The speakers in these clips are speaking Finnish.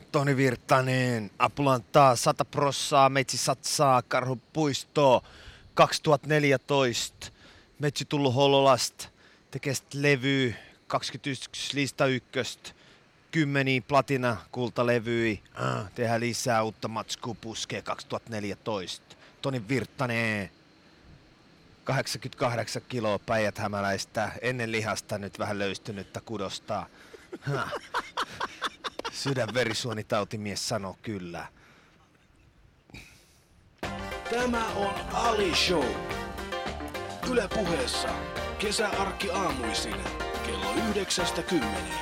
Toni Virtanen, Apulantaa, 100%, Meitsi satsaa, Karhupuisto, 2014, Meitsi tullut Hololast, tekee levy, 21 lista ykköstä, 10 platina kultalevyi, tehdään lisää uutta matskua puskee 2014. Toni Virtanen, 88 kiloa Päijät-Hämäläistä, ennen lihasta nyt vähän löystynyttä kudosta. Sydänverisuonitautimies sanoo kyllä. Tämä on Ali Show. Yle Puheessa kesäarkki aamuisin kello 9–10.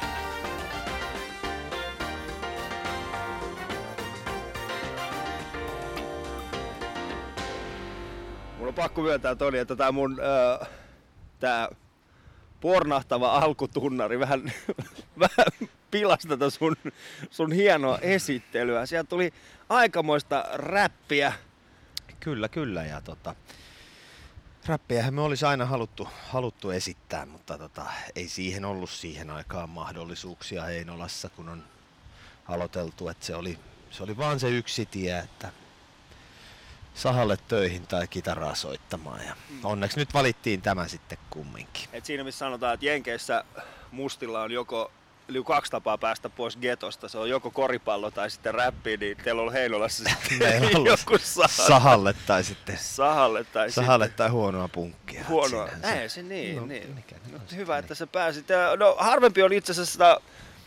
Mulla on pakko myöntää, Toni, että tää mun tää pornahtava alkutunnari vähän pilasi tätä sun hienoa esittelyä. Sieltä tuli aikamoista räppiä. Kyllä. Ja räppiähän me olisi aina haluttu esittää, mutta ei siihen ollut siihen aikaan mahdollisuuksia Heinolassa, kun on aloiteltu. Että se oli vaan se yksi tie, että sahalle töihin tai kitaraa soittamaan. Ja onneksi nyt valittiin tämä sitten kumminkin. Et siinä missä sanotaan, että Jenkeissä mustilla on joko 2 tapaa päästä pois getosta. Se on joko koripallo tai sitten räppi, niin teillä on Heinolassa sitten joku sahalle tai sitten sahalle tai huonoa punkkia. Huonoa. Ei se niin. Hyvä, että sä pääsit. No harvempi on itse asiassa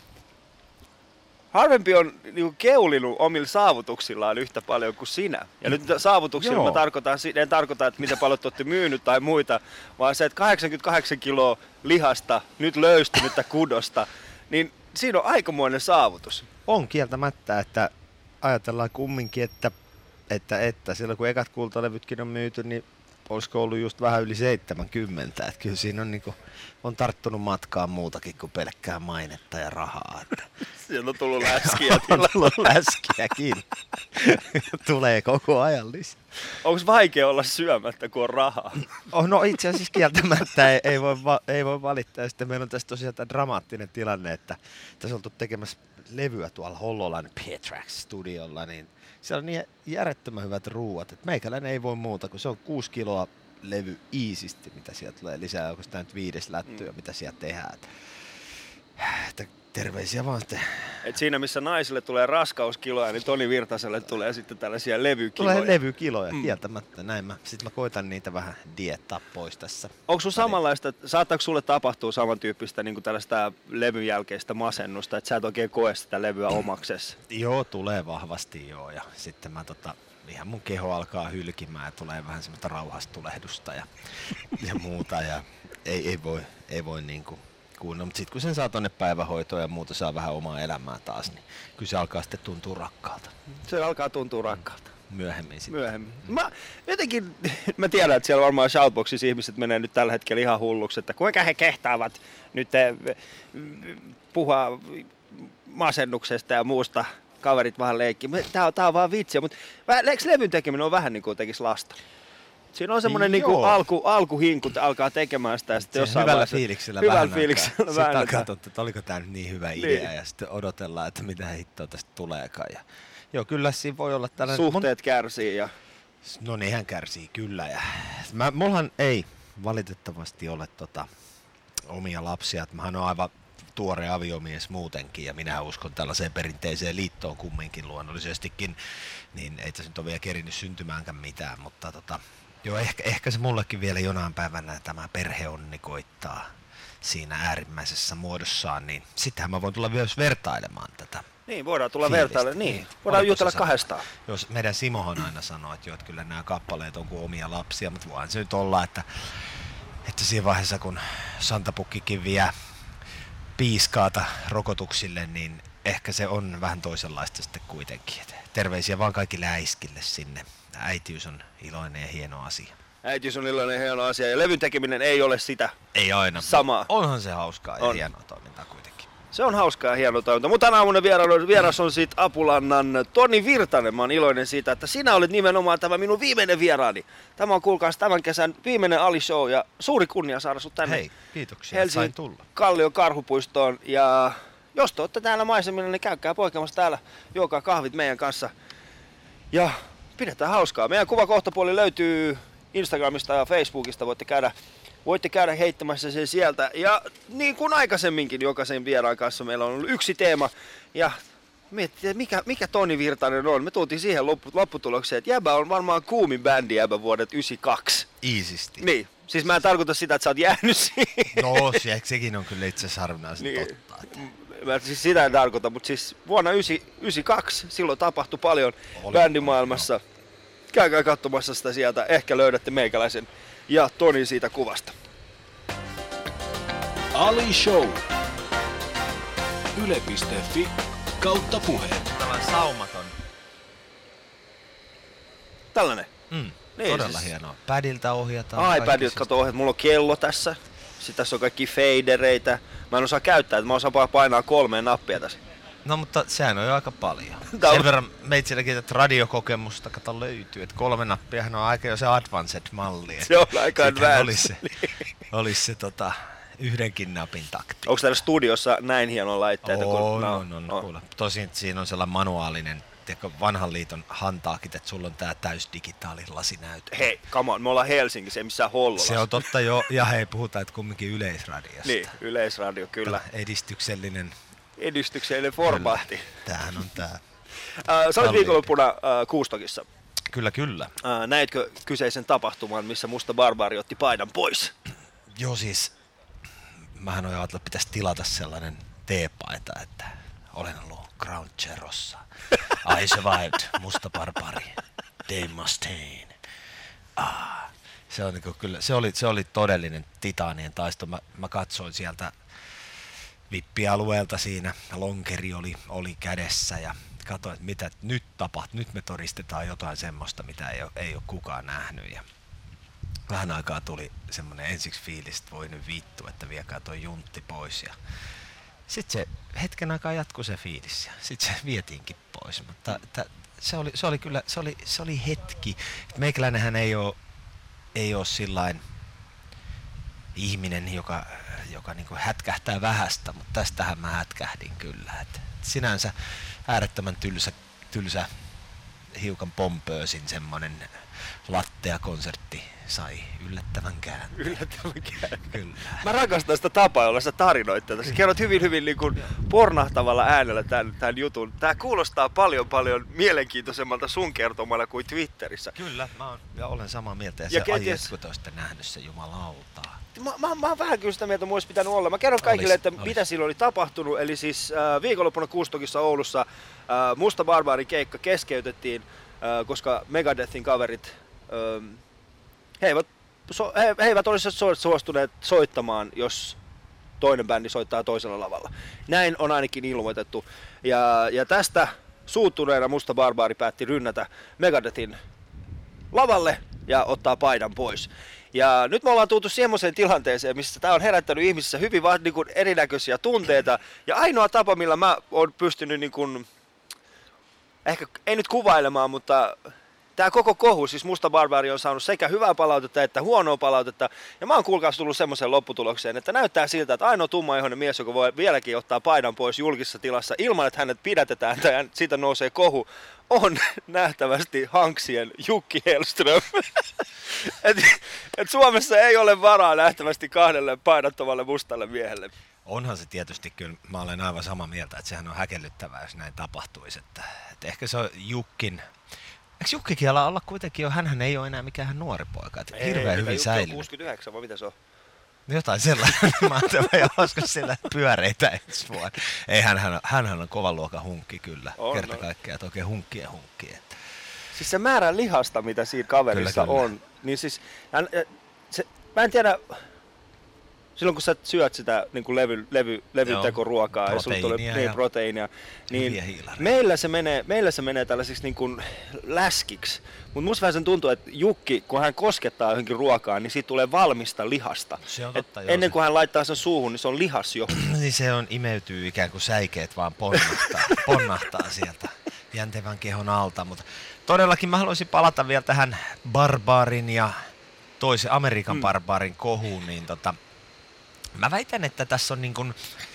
niinku keulinut omilla saavutuksillaan yhtä paljon kuin sinä. Ja nyt saavutuksilla en tarkoita, että miten paljon te olette myynyt tai muita, vaan se, että 88 kiloa lihasta, nyt löystynyttä kudosta, niin siinä on aikamoinen saavutus. On kieltämättä, että ajatellaan kumminkin, että silloin kun ekat kultalevytkin on myyty, niin olisiko ollut just vähän yli 70. Että kyllä siinä on tarttunut matkaan muutakin kuin pelkkää mainetta ja rahaa. Sieltä on tullut läskiä. On tullut läskiäkin. Tulee koko ajan lisää. Onko vaikea olla syömättä, kun on rahaa? No itse asiassa kieltämättä ei voi valittaa. Sitten meillä on tässä tosiaan tämä dramaattinen tilanne, että tässä on oltu tekemässä levyä tuolla Hollolan P-Trax-studiolla, niin siellä on niin järjettömän hyvät ruuat, että meikäläinen ei voi muuta, kun se on 6 kiloa levy iisisti, mitä sieltä tulee lisää, onko sitä nyt 5 lättyä, mitä sieltä tehdään. Että terveisiä vaan sitten. Et siinä missä naisille tulee raskauskiloja, niin Toni Virtaselle tulee sitten tällaisia levykiloja. Tulee levykiloja, kieltämättä. Sitten mä koitan niitä vähän diettaa pois tässä. Onko sun samanlaista, saattaako sulle tapahtua samantyyppistä niin kuin tällaista levyn jälkeistä masennusta, että sä et oikein koe sitä levyä omaksesi? Joo, tulee vahvasti joo. Ja sitten mä ihan mun keho alkaa hylkimään ja tulee vähän semmoista rauhastulehdusta ja muuta. Ja ei voi niinku kuunnella. Mutta sitten kun sen saa tonne päivähoitoon ja muuta saa vähän omaa elämää taas, niin kyllä se alkaa sitten tuntua rakkaalta. Se alkaa tuntua rakkaalta. Myöhemmin sitten. Myöhemmin. Mä tiedän, että siellä varmaan Shoutboxissa ihmiset menee nyt tällä hetkellä ihan hulluksi, että kuinka he kehtaavat nyt puhua masennuksesta ja muusta. Kaverit vähän leikkiä. Tää on vaan vitsiä, mutta eikö levyn tekeminen on vähän niin kuin tekisi lasta? Siinä on semmoinen niin alkuhinku, että alkaa tekemään sitä ja sitten jossain hyvällä fiiliksellä väännetään. Sitten katsotaan, että oliko tämä nyt niin hyvä idea ja sitten odotellaan, että mitä hittoa tästä tuleekaan. Ja joo, kyllä siinä voi olla tällainen. Suhteet kärsii ja. No nehän kärsii kyllä. Ja mullahan ei valitettavasti ole omia lapsia. Mähän on aivan tuore aviomies muutenkin ja minä uskon tällaiseen perinteiseen liittoon kumminkin luonnollisestikin, niin ei tässä nyt ole vielä kerinyt syntymäänkään mitään, mutta joo, ehkä se mullekin vielä jonain päivänä tämä perheonni koittaa siinä äärimmäisessä muodossaan, niin sittenhän mä voin tulla myös vertailemaan tätä. Niin, voidaan tulla vertailemaan, niin. Voidaan jutella kahdestaan. Jos meidän Simohan aina sanoo, että kyllä nämä kappaleet on kuin omia lapsia, mutta voihan se nyt olla, että siinä vaiheessa kun Santapukkikin vie piiskaata rokotuksille, niin ehkä se on vähän toisenlaista sitten kuitenkin. Terveisiä vaan kaikille äiskille sinne. Äitiys on iloinen ja hieno asia. Äitiys on iloinen ja hieno asia ja levyn tekeminen ei ole sitä. Ei aina. Samaa. Onhan se hauskaa ja hienoa toimintaa kuitenkin. Se on hauskaa ja hienoa toimintaa. Mutta tänä aamuna vieras on siitä Apulannan Toni Virtanen. Mä oon iloinen siitä, että sinä olet nimenomaan tämä minun viimeinen vieraani. Tämä on kuulkaas tämän kesän viimeinen Ali Show ja suuri kunnia saada sut tänne. Hei, kiitoksia, sain tulla. Kallion Karhupuistoon ja jos te olette täällä maisemilla, niin käykää poikemassa täällä, juokaa kahvit meidän kanssa. Ja pidetään hauskaa. Meidän kuvakohtapuoli löytyy Instagramista ja Facebookista, voitte käydä heittämässä sen sieltä. Ja niin kuin aikaisemminkin jokaisen vieraan kanssa meillä on ollut yksi teema. Ja miettii, mikä Toni Virtanen on. Me tultiin siihen lopputulokseen, että Jäbä on varmaan kuumin bändi Jäbä vuodet 92. Iisisti. Niin. Siis mä en tarkoita sitä, että sä oot jäänyt siihen. No, sekin on kyllä itse asiassa harvinaisen niin. totta. Mä siis sitä en tarkoita, mutta siis vuonna 1992 silloin tapahtui paljon bändimaailmassa. Käykää katsomassa sitä sieltä, ehkä löydätte meikäläisen ja Tonin siitä kuvasta. Ali Show. Yle.fi/puheet. Tällainen saumaton. Tällainen? Niin, todella siis hienoa. Padilta ohjataan. iPadilta kato ohjat, mulla on kello tässä. Sitten tässä on kaikki fadereita. Mä en osaa käyttää, että mä osaan painaa 3 nappia tässä. No mutta sehän on jo aika paljon. Sen verran meitsilläkin tätä radiokokemusta kato löytyy, että 3 nappiahan on aika jo se advanced-malli. Se on aika advanced. Olisi se yhdenkin napin takti. Onko täällä studiossa näin hieno laitteita? On. Tosin siinä on sellainen manuaalinen, vanhan liiton hantaakit, että sulla on tää täysdigitaalilasinäytö. Hei, come on, me ollaan Helsingissä, ei missään Hollolassa. Se on totta jo, ja hei, puhutaan, että kumminkin Yleisradiosta. Niin, Yleisradio, kyllä. Edistyksellinen formaatti. Tämähän on tää. Sä olit viikonloppuna Kuustokissa. Kyllä. Näitkö kyseisen tapahtuman, missä Musta Barbaari otti paidan pois? Joo, siis mähän olen ajatellut, että pitäisi tilata sellainen teepaita, että olen ollut Ground Zerossa. I survived, Musta Barbaari, Dave Mustaine. Se on niinku kyllä, se oli todellinen titaanien taisto. Mä katsoin sieltä vippialueelta siinä, lonkeri oli kädessä ja katsoin, että mitä nyt tapahtuu. Nyt me todistetaan jotain semmoista, mitä ei ole kukaan nähnyt. Ja vähän aikaa tuli semmoinen ensiksi fiilis, että voi nyt vittu, että viekää toi juntti pois. Ja sitten se hetken aikaa jatkui se fiilis ja sitten se vietiinkin pois. Mutta se oli hetki. Meikäläinenhän ei ole sillain ihminen, joka niinku hätkähtää vähästä, mutta tästähän mä hätkähdin kyllä. Et sinänsä äärettömän tylsä hiukan pompöösin semmonen lattea-konsertti sai yllättävän käänteen. Kyllä. Mä rakastan sitä tapaa, jolla sä tarinoit tätä. Sä kerrot hyvin niin kuin pornahtavalla äänellä tämän jutun. Tää kuulostaa paljon mielenkiintoisemmalta sun kertomalla kuin Twitterissä. Kyllä, olen samaa mieltä ja se ajetko te olisitte nähnyt se jumalauta. Mä oon vähän kyllä sitä mieltä, että pitänyt olla. Mä kerron kaikille, mitä silloin oli tapahtunut. Eli siis viikonloppuna Kuustokissa Oulussa Musta Barbaarin keikka keskeytettiin, koska Megadethin kaverit he eivät olisi suostuneet soittamaan, jos toinen bändi soittaa toisella lavalla. Näin on ainakin ilmoitettu. Ja tästä suuttuneena Musta Barbaari päätti rynnätä Megadethin lavalle ja ottaa paidan pois. Ja nyt me ollaan tultu semmoiseen tilanteeseen, missä tämä on herättänyt ihmisissä hyvin niin kuin erinäköisiä tunteita. Ja ainoa tapa, millä mä oon pystynyt niin kuin, ehkä ei nyt kuvailemaan, mutta tämä koko kohu, siis Musta Barbaari on saanut sekä hyvää palautetta että huonoa palautetta. Ja mä oon kuulkaas tullut semmoiseen lopputulokseen, että näyttää siltä, että ainoa tummaihoinen mies, joka voi vieläkin ottaa paidan pois julkisessa tilassa ilman, että hänet pidätetään tai siitä nousee kohu, on nähtävästi Hanksien Jukki Hellström. et Suomessa ei ole varaa nähtävästi 2 paidattomalle mustalle miehelle. Onhan se tietysti kyllä, mä olen aivan samaa mieltä, että sehän on häkellyttävää, jos näin tapahtuisi. Että ehkä se on Jukkin. Eikö Jukkikin ala olla kuitenkin jo, hänhän ei ole enää mikään nuori poika, että hirveän hyvin säilynyt. 69 vai mitä se on? Jotain sellainen, mä ajattelin, olisiko siellä pyöreitä ensi vuonna. Ei, hänhän on kovan luokan hunkki kyllä, kerta kaikkiaan, että oikein hunkki. Että. Siis se määrä lihasta, mitä siinä kaverissa kyllä. On, niin siis, mä en tiedä, silloin kun sä syöt sitä niin kuin levytekoruokaa ja sulla tulee proteiinia, niin meillä se menee tällaisiksi niin kuin läskiksi. Mutta musta vähän sen tuntuu, että Jukki, kun hän koskettaa johonkin ruokaan, niin siitä tulee valmista lihasta. Se on totta, ennen kuin hän laittaa sen suuhun, niin se on lihas jo. Niin se on imeytyy ikään kuin säikeet vaan ponnahtaa sieltä jäntevän kehon alta. Mutta todellakin mä haluaisin palata vielä tähän Barbaarin ja toisen Amerikan Barbaarin kohuun, niin mä väitän, että tässä on niin kuin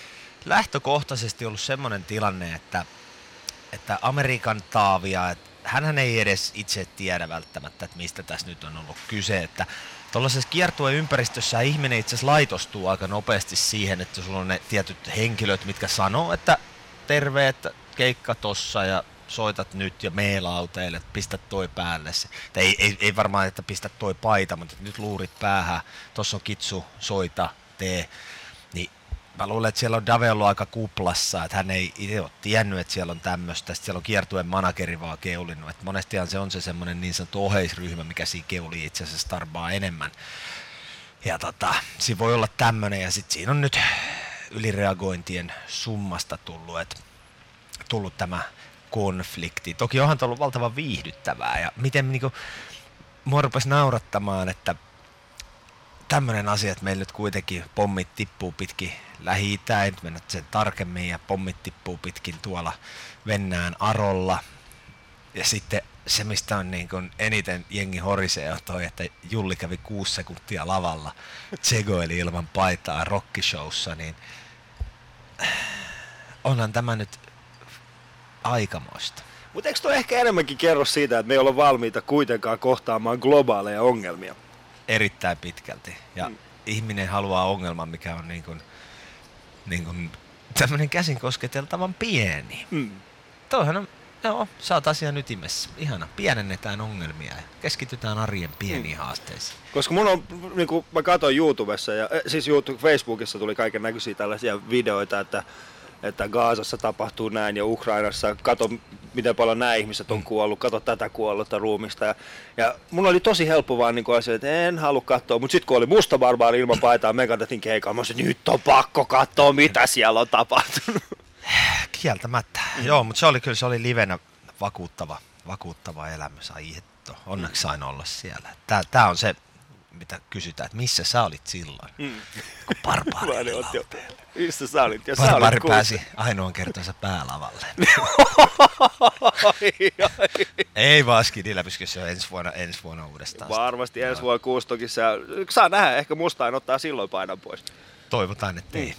lähtökohtaisesti ollut semmoinen tilanne, että Amerikan Taavia, että hänhän ei edes itse tiedä välttämättä, että mistä tässä nyt on ollut kyse, että tuollaisessa kiertueympäristössä ihminen itse asiassa laitostuu aika nopeasti siihen, että sulla on ne tietyt henkilöt, mitkä sanoo, että terve, että keikka tossa ja soitat nyt ja meelauteille, että pistä toi päälle. Ei varmaan, että pistä toi paita, mutta nyt luurit päähän, tossa on kitsu, soita, tee. Niin mä luulen, että siellä on Dave ollut aika kuplassa, että hän ei itse ole tiennyt, että siellä on tämmöistä. Sitten siellä on kiertueen manageri vaan keulinut. Että monestihan se on se semmoinen niin sanottu oheisryhmä, mikä siinä keulii itse asiassa starbaa enemmän. Ja siinä voi olla tämmöinen ja sitten siinä on nyt ylireagointien summasta tullut tämä konflikti. Toki onhan ollut valtavan viihdyttävää ja miten niinku mua rupesi naurattamaan, että tämmöinen asia, että meillä nyt kuitenkin pommit tippuu pitkin Lähi-Itään, ei nyt mennä sen tarkemmin, ja pommit tippuu pitkin tuolla Vennään Arolla. Ja sitten se, mistä on niin kuin eniten jengi horisee, on toi, että Julli kävi 6 sekuntia lavalla, tsegoili ilman paitaa rockishowssa, niin onhan tämä nyt aikamoista. Mutta eikö toi ehkä enemmänkin kerro siitä, että me ei olla valmiita kuitenkaan kohtaamaan globaaleja ongelmia? Erittäin pitkälti. Ja ihminen haluaa ongelman, mikä on niin kuin tämmöinen käsin kosketeltavan pieni. Toihan on, joo, sä oot asian ytimessä. Ihana, pienennetään ongelmia ja keskitytään arjen pieniin haasteisiin. Koska mun on, niin kuin mä katsoin YouTubessa, ja siis Facebookissa tuli kaiken näköisiä tällaisia videoita, että Gazassa tapahtuu näin ja Ukrainassa, kato miten paljon nämä ihmiset on kuollut, kato tätä kuollutta ruumista. Ja mun oli tosi helppo vaan niin asia, että en halua katsoa, mutta sitten kun oli Musta Barbaari ilman paitaa Megadethin keikalla, mä sanoin, nyt on pakko katsoa, mitä siellä on tapahtunut. Kieltämättä. Joo, mutta se oli livenä vakuuttava elämys. Ai hitto, onneksi sain olla siellä. Tää on se, mitä kysytään, että missä sä olit silloin, kun Barbaari lauteella. Missä sä olit? Barbaari pääsi ainoan kertansa päälavalle. Ei vaan Skidillä, koska se on ensi vuonna uudestaan. Varmasti ensi vuonna Kuustokissa. Saa nähdä, ehkä Mustain ottaa silloin paidan pois. Toivotaan, että ei.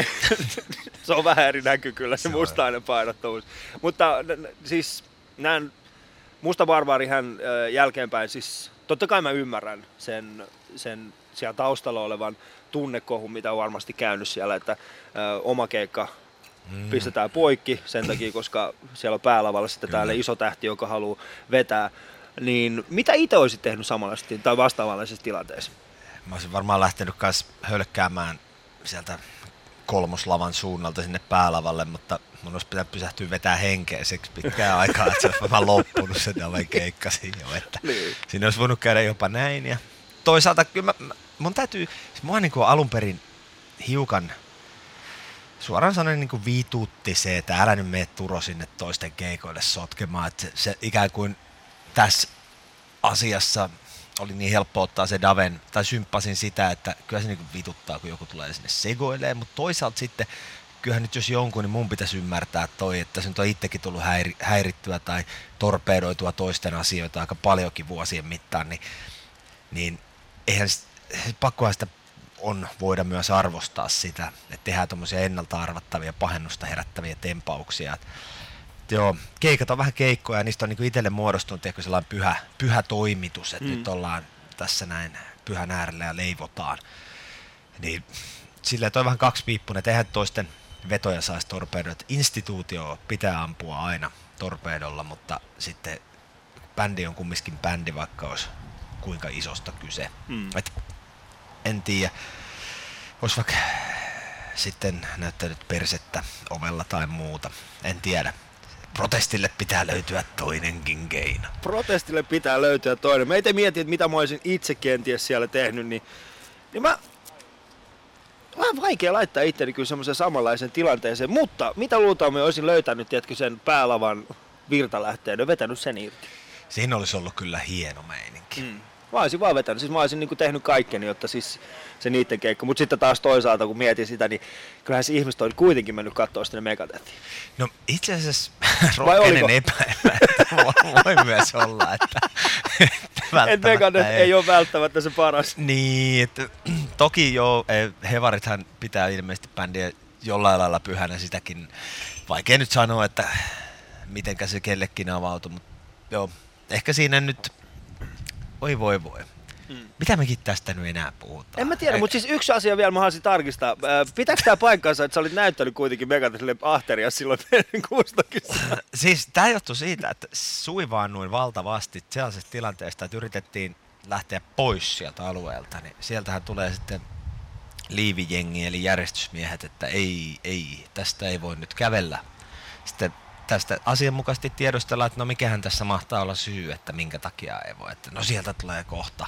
Se on vähän eri näky kyllä se Mustainen painottomuus. Mutta siis näin Musta Barbaari hän jälkeenpäin, siis totta kai mä ymmärrän sen siellä taustalla olevan tunnekohun, mitä on varmasti käynyt siellä, että oma keikka pistetään poikki sen takia, koska siellä on päälavalla sitten täällä iso tähti, joka haluaa vetää. Niin mitä itse olisit tehnyt samanlaisesti tai vastaavanlaisessa tilanteessa? Mä olisin varmaan lähtenyt kanssa hölkkäämään sieltä kolmoslavan suunnalta sinne päälavalle, mutta mun olisi pitänyt pysähtyä vetää henkeä seksi pitkään aikaa, että se olisi vähän loppunut se keikka siinä jo, että siinä olisi voinut käydä jopa näin. Ja toisaalta kyllä mun täytyy, mua niin kuin alun perin hiukan suoraan sanoen niin kuin vituutti se, että älä nyt mene Turo sinne toisten keikoille sotkemaan, että se ikään kuin tässä asiassa oli niin helppo ottaa se Daven, tai symppasin sitä, että kyllä se niin kuin vituttaa, kun joku tulee sinne segoilee, mutta toisaalta sitten kyllähän nyt jos jonkun, niin mun pitäisi ymmärtää että se nyt on itsekin tullut häirittyä tai torpedoitua toisten asioita aika paljonkin vuosien mittaan, niin eihän pakkohan sitä on voida myös arvostaa sitä, että tehdään tuommoisia ennalta arvattavia, pahennusta herättäviä tempauksia. Joo, keikat on vähän keikkoja ja niistä on niin itselle muodostunut sellainen pyhä toimitus, että nyt ollaan tässä näin pyhän äärellä ja leivotaan. Niin silleen toi vähän kaksipiippunen, että eihän toisten vetoja saisi torpedoida. Instituutio pitää ampua aina torpedolla, mutta sitten bändi on kumminkin bändi, vaikka olisi kuinka isosta kyse. Et en tiedä, olisi vaikka sitten näyttänyt persettä ovella tai muuta, en tiedä. Protestille pitää löytyä toinenkin keino. Protestille pitää löytyä toinen. Mä itse mietin, että mitä mä olisin itse kenties siellä tehnyt, niin mä vähän vaikea laittaa itteni kyllä semmoisen samanlaisen tilanteeseen, mutta mitä luultaan mä olisin löytänyt, tiedätkö, sen päälavan virtalähteen ja vetänyt sen irti. Siinä olisi ollut kyllä hieno meininki. Mä olisin vaan vetänyt, siis mä olisin niin kuin tehnyt kaikkeni, jotta siis se niitten keikka. Mutta sitten taas toisaalta, kun mietin sitä, niin kyllähän se ihmiset on kuitenkin mennyt katsoa sitten ne Megadethia. No itse asiassa rohkeinen epäillä, että voi myös olla, että Megadeth ei ole välttämättä se paras. Niin, että toki joo, hevarithan pitää ilmeisesti bändiä jollain lailla pyhänä sitäkin. Vaikea nyt sanoa, että mitenkä se kellekin avautui, mutta joo, ehkä siinä nyt, voi. Mitä mekin tästä nyt enää puhutaan? En mä tiedä, mutta siis yksi asia vielä mä haluaisin tarkistaa. Pitääkö tää paikkansa, että sä olit näyttänyt kuitenkin Megadethille ahteria silloin kuustokissa? Siis tää johtui siitä, että suivaannuin valtavasti sellaisesta tilanteesta, että yritettiin lähteä pois sieltä alueelta, niin sieltähän tulee sitten liivijengi eli järjestysmiehet, että ei, tästä ei voi nyt kävellä. Sitten tästä asianmukaisesti tiedostellaan, että no mikähän tässä mahtaa olla syy, että minkä takia ei voi. Että no sieltä tulee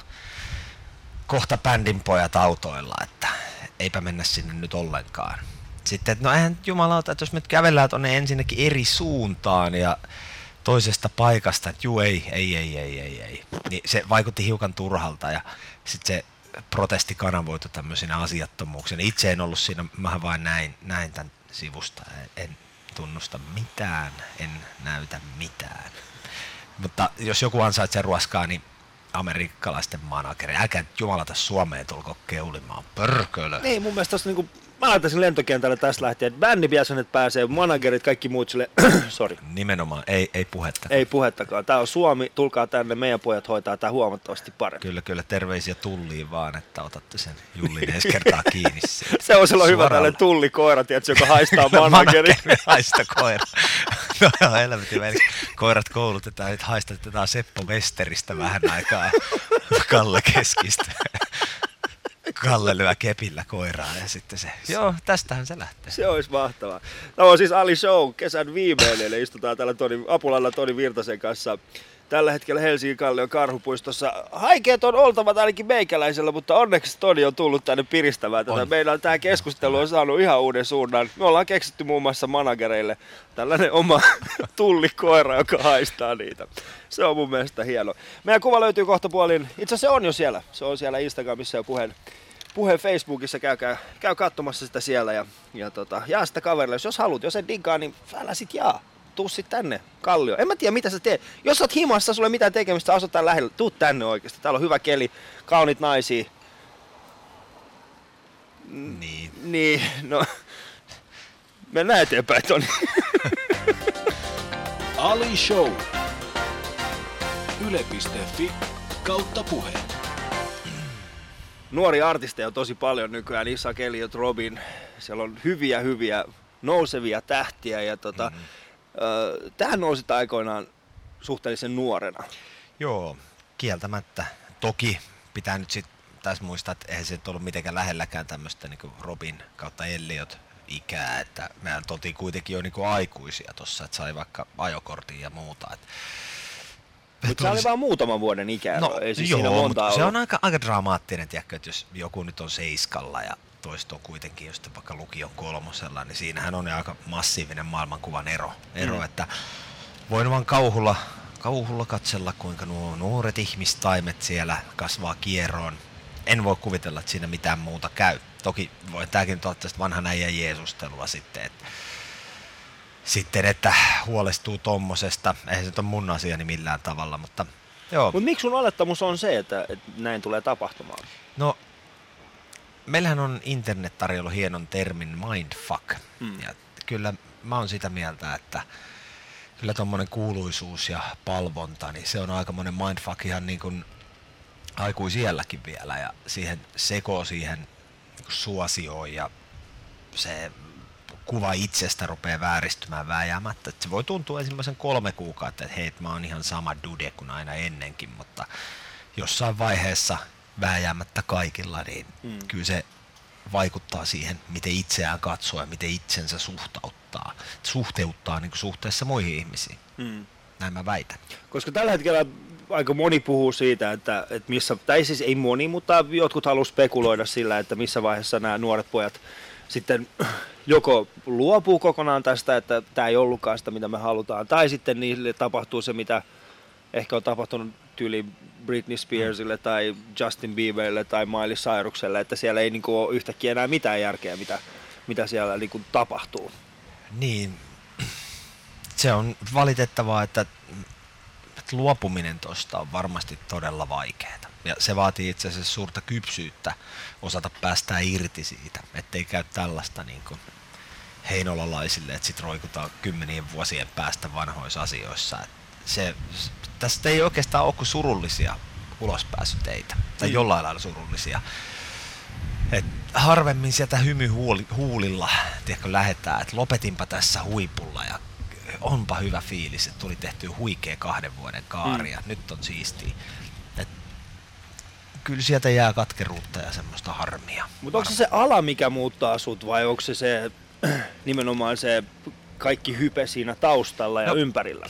kohta bändin pojat autoilla, että eipä mennä sinne nyt ollenkaan. Sitten, että no eihän jumalauta, että jos me nyt kävellään tuonne ensinnäkin eri suuntaan ja toisesta paikasta, että juu ei. Niin se vaikutti hiukan turhalta ja sitten se protesti kanavoitu tämmöisinä asiattomuuksina. Itse en ollut siinä, mä vain näin tämän sivusta, en tunnusta mitään, en näytä mitään. Mutta jos joku ansaitsee ruoskaa, niin amerikkalaisten manageri, älkää jumalata Suomeen tulko keulimaan, pörkölö. Niin, mun mielestä tossa niinku, mä laittaisin lentokentällä tästä lähtien, että bändijäsenet pääsee, managerit, kaikki muut sille, sori. Nimenomaan, ei puhetta. Ei puhettakaan. Tää on Suomi, tulkaa tänne, meidän pojat hoitaa tää huomattavasti paremmin. Kyllä, terveisiä Tulliin vaan, että otatte sen Jullin ensi kertaa kiinni. Se on silloin hyvä tälle tullikoira, tiedätkö, joka haistaa manageri. Haista koira. No joo, helvetin veli. Koirat koulutetaan, että haistatetaan Seppo Westeristä vähän aikaa Kalle Keskistä. Kalle lyö kepillä koiraa ja sitten se, joo, tästähän se lähtee. Se olisi mahtavaa. Tämä on siis Ali Show, kesän viimeinen, eli istutaan täällä apulalla Toni Virtasen kanssa. Tällä hetkellä Helsingin Kallion Karhupuistossa. Haikeet on oltavat ainakin meikäläisellä, mutta onneksi Toni on tullut tänne piristämään tätä. Meillä tämä keskustelu on saanut ihan uuden suunnan. Me ollaan keksitty muun muassa managereille tällainen oma tullikoira, joka haistaa niitä. Se on mun mielestä hieno. Meidän kuva löytyy kohta puolin. Itse asiassa se on jo siellä. Se on siellä Instagramissa ja puheen Facebookissa. Käy katsomassa sitä siellä ja jaa sitä kaverille. Jos haluat, jos et diggaa, niin älä sit jaa. Tuu sit tänne Kallioon. En mä tiedä mitä sä teet. Jos sä oot himassa, sulla ei mitään tekemistä, asut täällä lähellä. Tuu tänne oikeesti. Täällä on hyvä keli, kaunit naisia. Niin, no. Mennään eteenpäin, Toni. Ali Show. Yle.fi/puhe. Nuoria artisteja on tosi paljon nykyään. Isaac Elliot, Robin. Siellä on hyviä nousevia tähtiä ja tähän nousit aikoinaan suhteellisen nuorena. Joo, kieltämättä. Toki pitää nyt sitten tässä muistaa, että eihän se nyt ollut mitenkään lähelläkään tämmöistä niin Robin kautta Elliot ikää, että mehän oltiin kuitenkin jo niin aikuisia tossa, että sai vaikka ajokortin ja muuta. Mutta se oli vaan muutaman vuoden ikä, no, ei siis joo, siinä monta se on aika dramaattinen, tiedätkö, että jos joku nyt on 7 ja toiset on kuitenkin just vaikka lukion 3, niin siinähän on aika massiivinen maailmankuvan ero, että voin vaan kauhulla katsella, kuinka nuo nuoret ihmistaimet siellä kasvaa kieroon. En voi kuvitella, että siinä mitään muuta käy. Toki voi tämäkin olla tästä vanhan äijän jeesustelua sitten, että huolestuu tommosesta. Eihän se nyt ole mun asiani millään tavalla, mutta joo. Mutta miksi sun olettamus on se, että näin tulee tapahtumaan? No, meillähän on internet tarjolla hienon termin mindfuck. Ja kyllä mä oon sitä mieltä, että kyllä tommonen kuuluisuus ja palvonta, niin se on aikamoinen mindfuck ihan niin kuin aikuisielläkin vielä. Ja siihen siihen suosioon ja se kuva itsestä rupeaa vääristymään vääjäämättä. Että se voi tuntua ensimmäisen 3 kuukautta, että hei, mä oon ihan sama dude kuin aina ennenkin, mutta jossain vaiheessa vääjäämättä kaikilla, niin kyllä se vaikuttaa siihen, miten itseään katsoo ja miten itsensä suhteuttaa niin kuin suhteessa muihin ihmisiin. Näin mä väitän. Koska tällä hetkellä aika moni puhuu siitä, että missä, tai siis ei moni, mutta jotkut haluaa spekuloida sillä, että missä vaiheessa nämä nuoret pojat sitten joko luopuu kokonaan tästä, että tämä ei ollutkaan sitä, mitä me halutaan, tai sitten niille tapahtuu se, mitä ehkä on tapahtunut tyyli Britney Spearsille tai Justin Bieberille tai Miley Cyrukselle, että siellä ei niinku ole yhtäkkiä enää mitään järkeä, mitä siellä niinku tapahtuu. Niin, se on valitettavaa, että luopuminen tuosta on varmasti todella vaikeaa. Ja se vaatii itse asiassa suurta kypsyyttä osata päästää irti siitä, ettei käy tällaista niin kuin heinolalaisille, että sit roikutaan 10 vuosien päästä vanhoissa asioissa. Tästä ei oikeastaan ole kuin surullisia ulospääsyteitä, tai jollain lailla surullisia. Et harvemmin sieltä hymyhuulilla lähetään, että lopetinpa tässä huipulla ja onpa hyvä fiilis, että tuli tehtyä huikea 2 vuoden kaari ja nyt on siistiä. Kyllä sieltä jää katkeruutta ja semmoista harmia. Mutta onko se ala, mikä muuttaa sut, vai onko se nimenomaan se kaikki hype siinä taustalla ja ympärillä?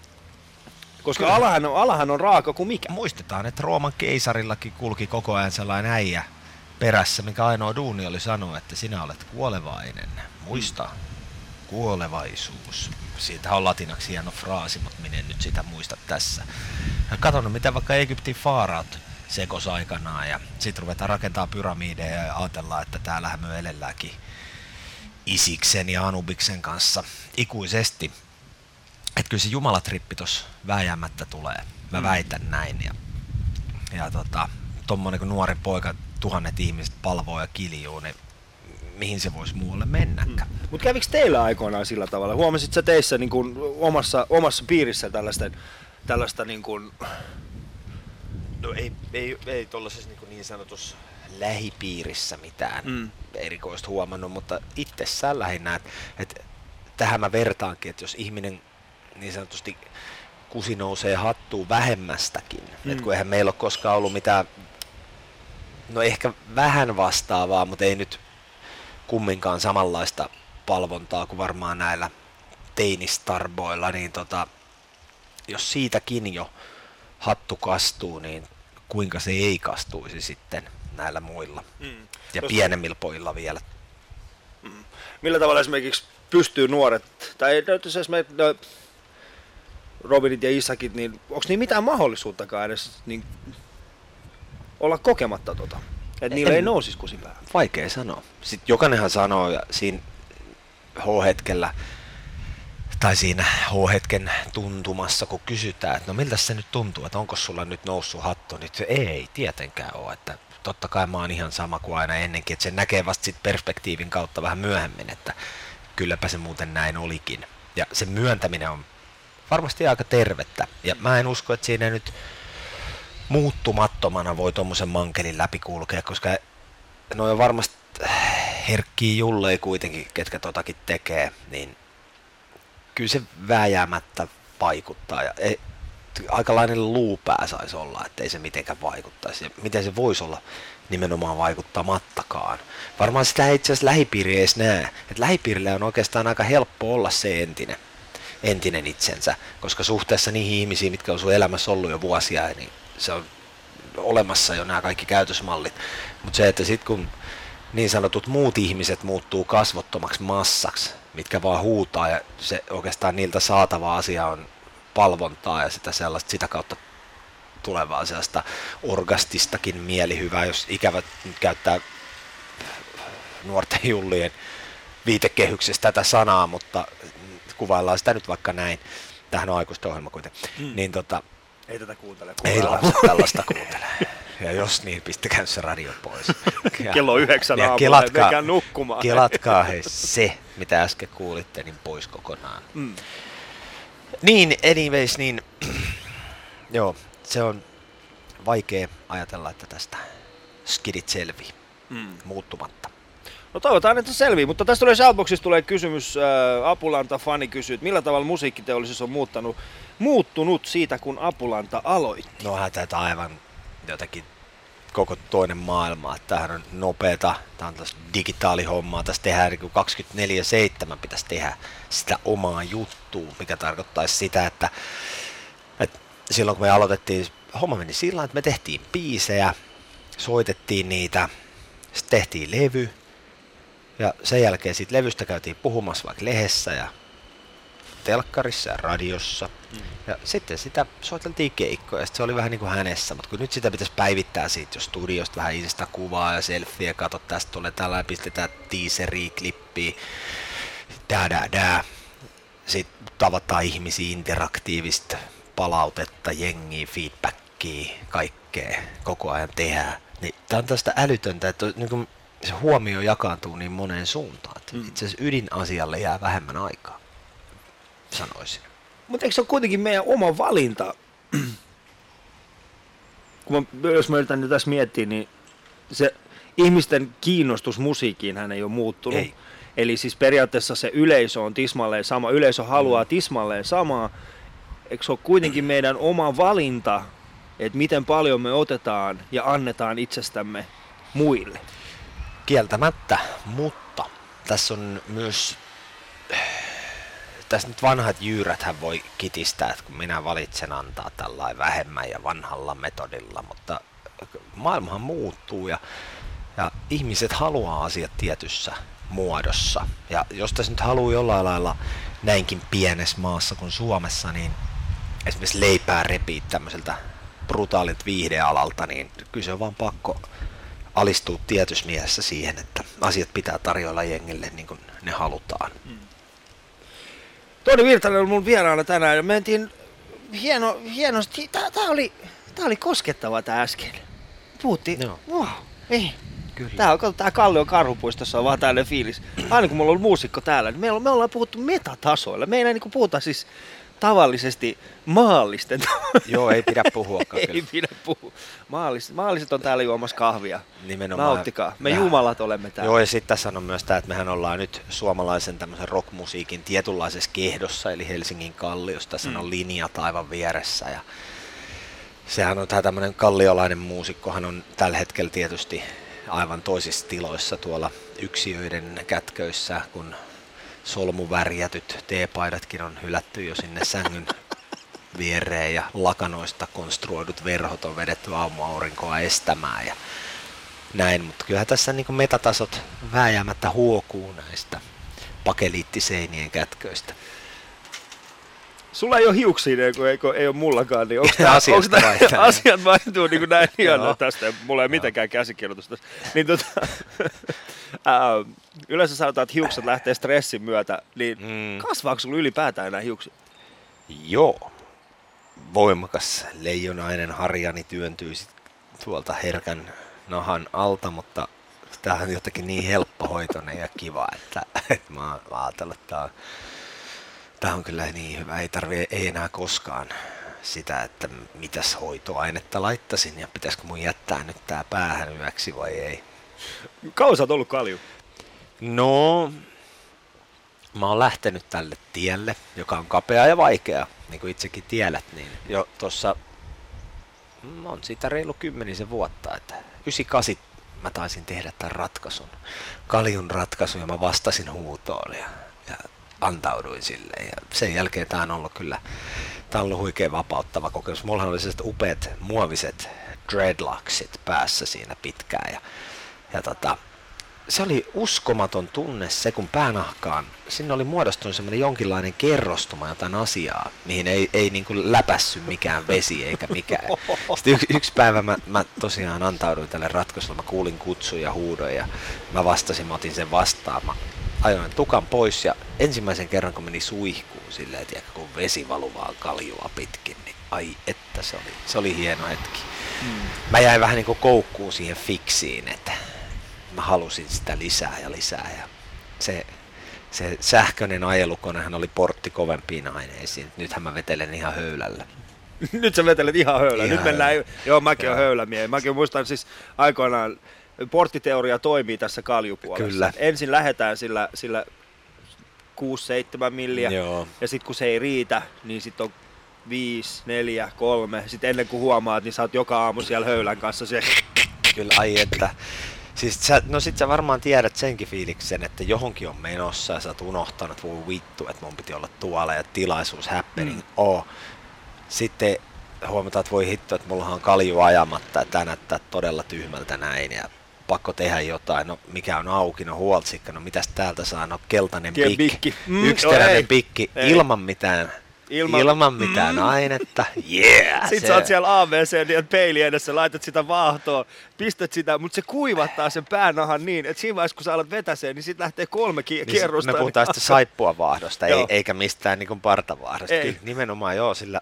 Koska alahan on raaka kuin mikä. Muistetaan, että Rooman keisarillakin kulki koko ajan sellainen äijä perässä, minkä ainoa duuni oli sanoa, että sinä olet kuolevainen. Muista, kuolevaisuus. Siitä on latinaksi hieno fraasi, mutta minä en nyt sitä muista tässä. Katsonut, mitä vaikka Egyptin faaraat sekos aikanaan ja sitten ruvetaan rakentaa pyramideja ja ajatellaan, että täällähän me elelläänkin Isiksen ja Anubiksen kanssa ikuisesti. Että kyllä se jumalatrippi tossa vääjäämättä tulee. Mä väitän näin. Ja tommonen kun nuori poika, 1000 ihmiset palvoo ja kiljuu, niin mihin se voisi muualle mennäkään. Mutta kävikö teillä aikoinaan sillä tavalla? Huomasit sä teissä niin kun omassa piirissä tällaista niin kun... No ei tuollaisessa niin sanotussa lähipiirissä mitään erikoista huomannut, mutta itsessään lähinnä, että tähän mä vertaankin, että jos ihminen niin sanotusti kusi nousee hattuun vähemmästäkin, että kun eihän meillä ole koskaan ollut mitään, no ehkä vähän vastaavaa, mutta ei nyt kumminkaan samanlaista palvontaa kuin varmaan näillä teinistarboilla, niin jos siitäkin jo hattu kastuu, niin kuinka se ei kastuisi sitten näillä muilla ja pienemmillä pojilla vielä. Millä tavalla esimerkiksi pystyy nuoret, tai esimerkiksi Robinit ja Isakit, niin onko niillä mitään mahdollisuuttakaan edes niin, olla kokematta että niillä ei nousisi kusipäähän? Vaikea sanoa. Sitten jokainenhan sanoo ja siinä H-hetkellä tai siinä H-hetken tuntumassa, kun kysytään, että no miltä se nyt tuntuu, että onko sulla nyt noussut hattu, niin ei tietenkään ole, että totta kai mä oon ihan sama kuin aina ennenkin, että se näkee vasta sit perspektiivin kautta vähän myöhemmin, että kylläpä se muuten näin olikin. Ja se myöntäminen on varmasti aika tervettä, ja mä en usko, että siinä nyt muuttumattomana voi tommosen mankelin läpi kulkea, koska no on varmasti herkkiä julleja kuitenkin, ketkä totakin tekee, niin kyllä se vääjäämättä vaikuttaa ja aikalainen luupää saisi olla, ettei se mitenkään vaikuttaisi. Ja miten se voisi olla nimenomaan vaikuttamattakaan. Varmaan sitä ei itse asiassa lähipiiri edes näe. Että lähipiirille on oikeastaan aika helppo olla se entinen itsensä, koska suhteessa niihin ihmisiin, mitkä on sun elämässä ollut jo vuosia, niin se on olemassa jo nämä kaikki käytösmallit. Mutta se, että sitten kun niin sanotut muut ihmiset muuttuu kasvottomaksi massaksi, mitkä vaan huutaa ja se oikeastaan niiltä saatava asia on palvontaa ja sitä kautta tulevaa sellaista orgastistakin mielihyvää, jos ikävät nyt käyttää nuorten jullien viitekehyksestä tätä sanaa, mutta kuvaillaan sitä nyt vaikka näin. Tämähän on aikuisten ohjelma kuitenkin. Niin ei tätä kuuntele. Ei tällaista kuuntele. Ja jos niin, pistäkää se radio pois. Kello 9 aamulla, menkää nukkumaan. Kelatkaa he se, mitä äsken kuulitte, niin pois kokonaan. Niin, anyways, niin joo, se on vaikea ajatella, että tästä skidit selvii muuttumatta. No toivotaan, että se selvii, mutta tästä tulee Shoutboxista tulee kysymys, Apulanta-fani kysyy, että millä tavalla musiikkiteollisuus on muuttunut siitä, kun Apulanta aloitti? No tätä aivan jotenkin koko toinen maailma, että tämähän on nopeata, tämä on tästä digitaalihommaa, tässä tehdään niin 24/7 pitäisi tehdä sitä omaa juttua, mikä tarkoittaisi sitä, että silloin kun me aloitettiin, homma meni sillä tavalla, että me tehtiin biisejä, soitettiin niitä, sitten tehtiin levy, ja sen jälkeen siitä levystä käytiin puhumassa vaikka lehdessä ja telkkarissa ja radiossa. Ja sitten sitä soiteltiin keikkoja ja se oli vähän niin kuin hänessä, mutta kun nyt sitä pitäisi päivittää siitä jo studiosta vähän Insta kuvaa ja selfieä, kato tästä tulee tällainen, pistetään teaseria, klippiä, sitten tavataan ihmisiä, interaktiivista palautetta, jengiä, feedbackia, kaikkea koko ajan tehdään. Niin tää on tästä älytöntä, että niin kuin se huomio jakaantuu niin moneen suuntaan, että itse asiassa ydinasialle jää vähemmän aikaa, sanoisin. Mutta eikö se ole kuitenkin meidän oma valinta? Jos mä yritän nyt tässä miettiä, niin se ihmisten kiinnostus musiikkiin hän ei ole muuttunut. Ei. Eli siis periaatteessa se yleisö on tismalleen sama, yleisö haluaa tismalleen samaa. Eikö se ole kuitenkin meidän oma valinta, että miten paljon me otetaan ja annetaan itsestämme muille? Kieltämättä, mutta tässä on myös, tässä nyt vanhat jyyräthän voi kitistää, että kun minä valitsen antaa tällainen vähemmän ja vanhalla metodilla, mutta maailmahan muuttuu ja ihmiset haluaa asiat tietyssä muodossa. Ja jos tässä nyt haluaa jollain lailla näinkin pienessä maassa kuin Suomessa, niin esimerkiksi leipää repii tämmöiseltä brutaalit viihdealalta, niin kyllä se on vaan pakko alistua tietyssä mielessä siihen, että asiat pitää tarjoilla jengille niin kuin ne halutaan. Toni Virtanen on mun vieraana tänään ja mentiin hienosti. Tää oli koskettava tää äsken. Puhuttiin, wow, ei. Kyllä. Tää Kallion Karhupuistossa on vaan tällainen fiilis. Aina kun mulla on muusikko täällä, niin me ollaan puhuttu metatasoilla. Me ei niinku puhuta siis tavallisesti maallisten. Joo, ei pidä puhuakaan. Ei pidä puhua. Maalliset on täällä juomassa kahvia. Nimenomaan. Nauttikaa. Me jumalat olemme täällä. Joo, ja sitten tässä on myös tämä, että mehän ollaan nyt suomalaisen tämmöisen rockmusiikin tietynlaisessa kehdossa, eli Helsingin Kalliossa. Tässä on linjat aivan vieressä. Ja sehän on tämmöinen kalliolainen muusikkohan on tällä hetkellä tietysti aivan toisissa tiloissa tuolla yksiöiden kätköissä, kun solmuvärjätyt teepaidatkin on hylätty jo sinne sängyn viereen ja lakanoista konstruoidut verhot on vedetty aamuaurinkoa estämään ja näin, mutta kyllähän tässä niin kuin metatasot vääjäämättä huokuu näistä pakeliittiseinien kätköistä. Sulla ei ole hiuksia, kun ei ole mullakaan, niin onko asiat vaihtuu niin kuin näin ihan tästä, mulla ei ole mitenkään käsikirjoitusta. Niin yleensä sanotaan, että hiukset lähtee stressin myötä, niin kasvaako sulla ylipäätään enää hiuksia? Joo. Voimakas leijonainen harjani työntyy tuolta herkän nahan alta, mutta tämähän on jotenkin niin helppohoitoinen ja kiva, että mä oon ajatellut, että tämä on kyllä niin hyvä, ei enää koskaan sitä, että mitäs hoitoainetta laittaisin ja pitäisikö mun jättää nyt tää päähän yöksi vai ei. Kauan sä oot ollut kalju? No, mä oon lähtenyt tälle tielle, joka on kapea ja vaikea, niin kuin itsekin tiedät, niin jo tossa, on siitä reilu 10 vuotta, että 98 mä taisin tehdä tämän ratkaisun, kaljun ratkaisun ja mä vastasin huutoon ja antauduin silleen ja sen jälkeen tää on ollut kyllä, tää on ollut huikein vapauttava kokemus. Mullahan oli sellaiset upeat muoviset dreadlocksit päässä siinä pitkään ja se oli uskomaton tunne se, kun päänahkaan, sinne oli muodostunut semmoinen jonkinlainen kerrostuma jotain asiaa, mihin ei niin kuin läpässy mikään vesi eikä mikään. Sitten yksi päivä mä tosiaan antauduin tälle ratkaisulle, mä kuulin kutsun ja huudon ja mä vastasin, mä otin sen vastaan. Mä ajoin tukan pois ja ensimmäisen kerran kun meni suihkuun silleen, että kun vesi valuvaa kaljua pitkin, niin ai että se oli hieno hetki. Mä jäin vähän niin kuin koukkuun siihen fiksiin, että mä halusin sitä lisää ja se sähköinen ajelukonehan oli portti kovempiin aineisiin. Nythän mä vetelen ihan höylällä. Nyt sä vetelet ihan höylällä. Nyt mennään, mäkin on höylämiehi. Mäkin muistan siis aikoinaan, porttiteoria toimii tässä kaljupuolessa. Kyllä. Ensin lähdetään sillä 6-7 milliä, ja sitten kun se ei riitä, niin sitten on 5, 4, 3. Sitten ennen kuin huomaat, niin sä oot joka aamu siellä höylän kanssa se. Kyllä, ai että. Siis sit sä varmaan tiedät senkin fiiliksen, että johonkin on menossa ja sä oot unohtanut, että voi vittu, että mun piti olla tuolla ja tilaisuus happening. Sitten huomataan, että voi hitto, että mullahan on kalju ajamatta ja tää näyttää todella tyhmältä näin ja pakko tehdä jotain. No mikä on auki, no huoltsikka, no mitäs täältä saa, no keltainen pikki. Yksiteräinen pikki ilman mitään. Ilman mitään ainetta. Yeah! Sitten sä oot siellä AVC-peili edessä, laitat sitä vaahtoa, pistät sitä, mutta se kuivattaa sen päänahan niin, että siinä vaiheessa kun sä alat vetäseen, niin sit lähtee 3 kierrosta. Me puhutaan sitten saippuavaahdosta, eikä mistään niin partavaahdosta. Kyllä, nimenomaan sillä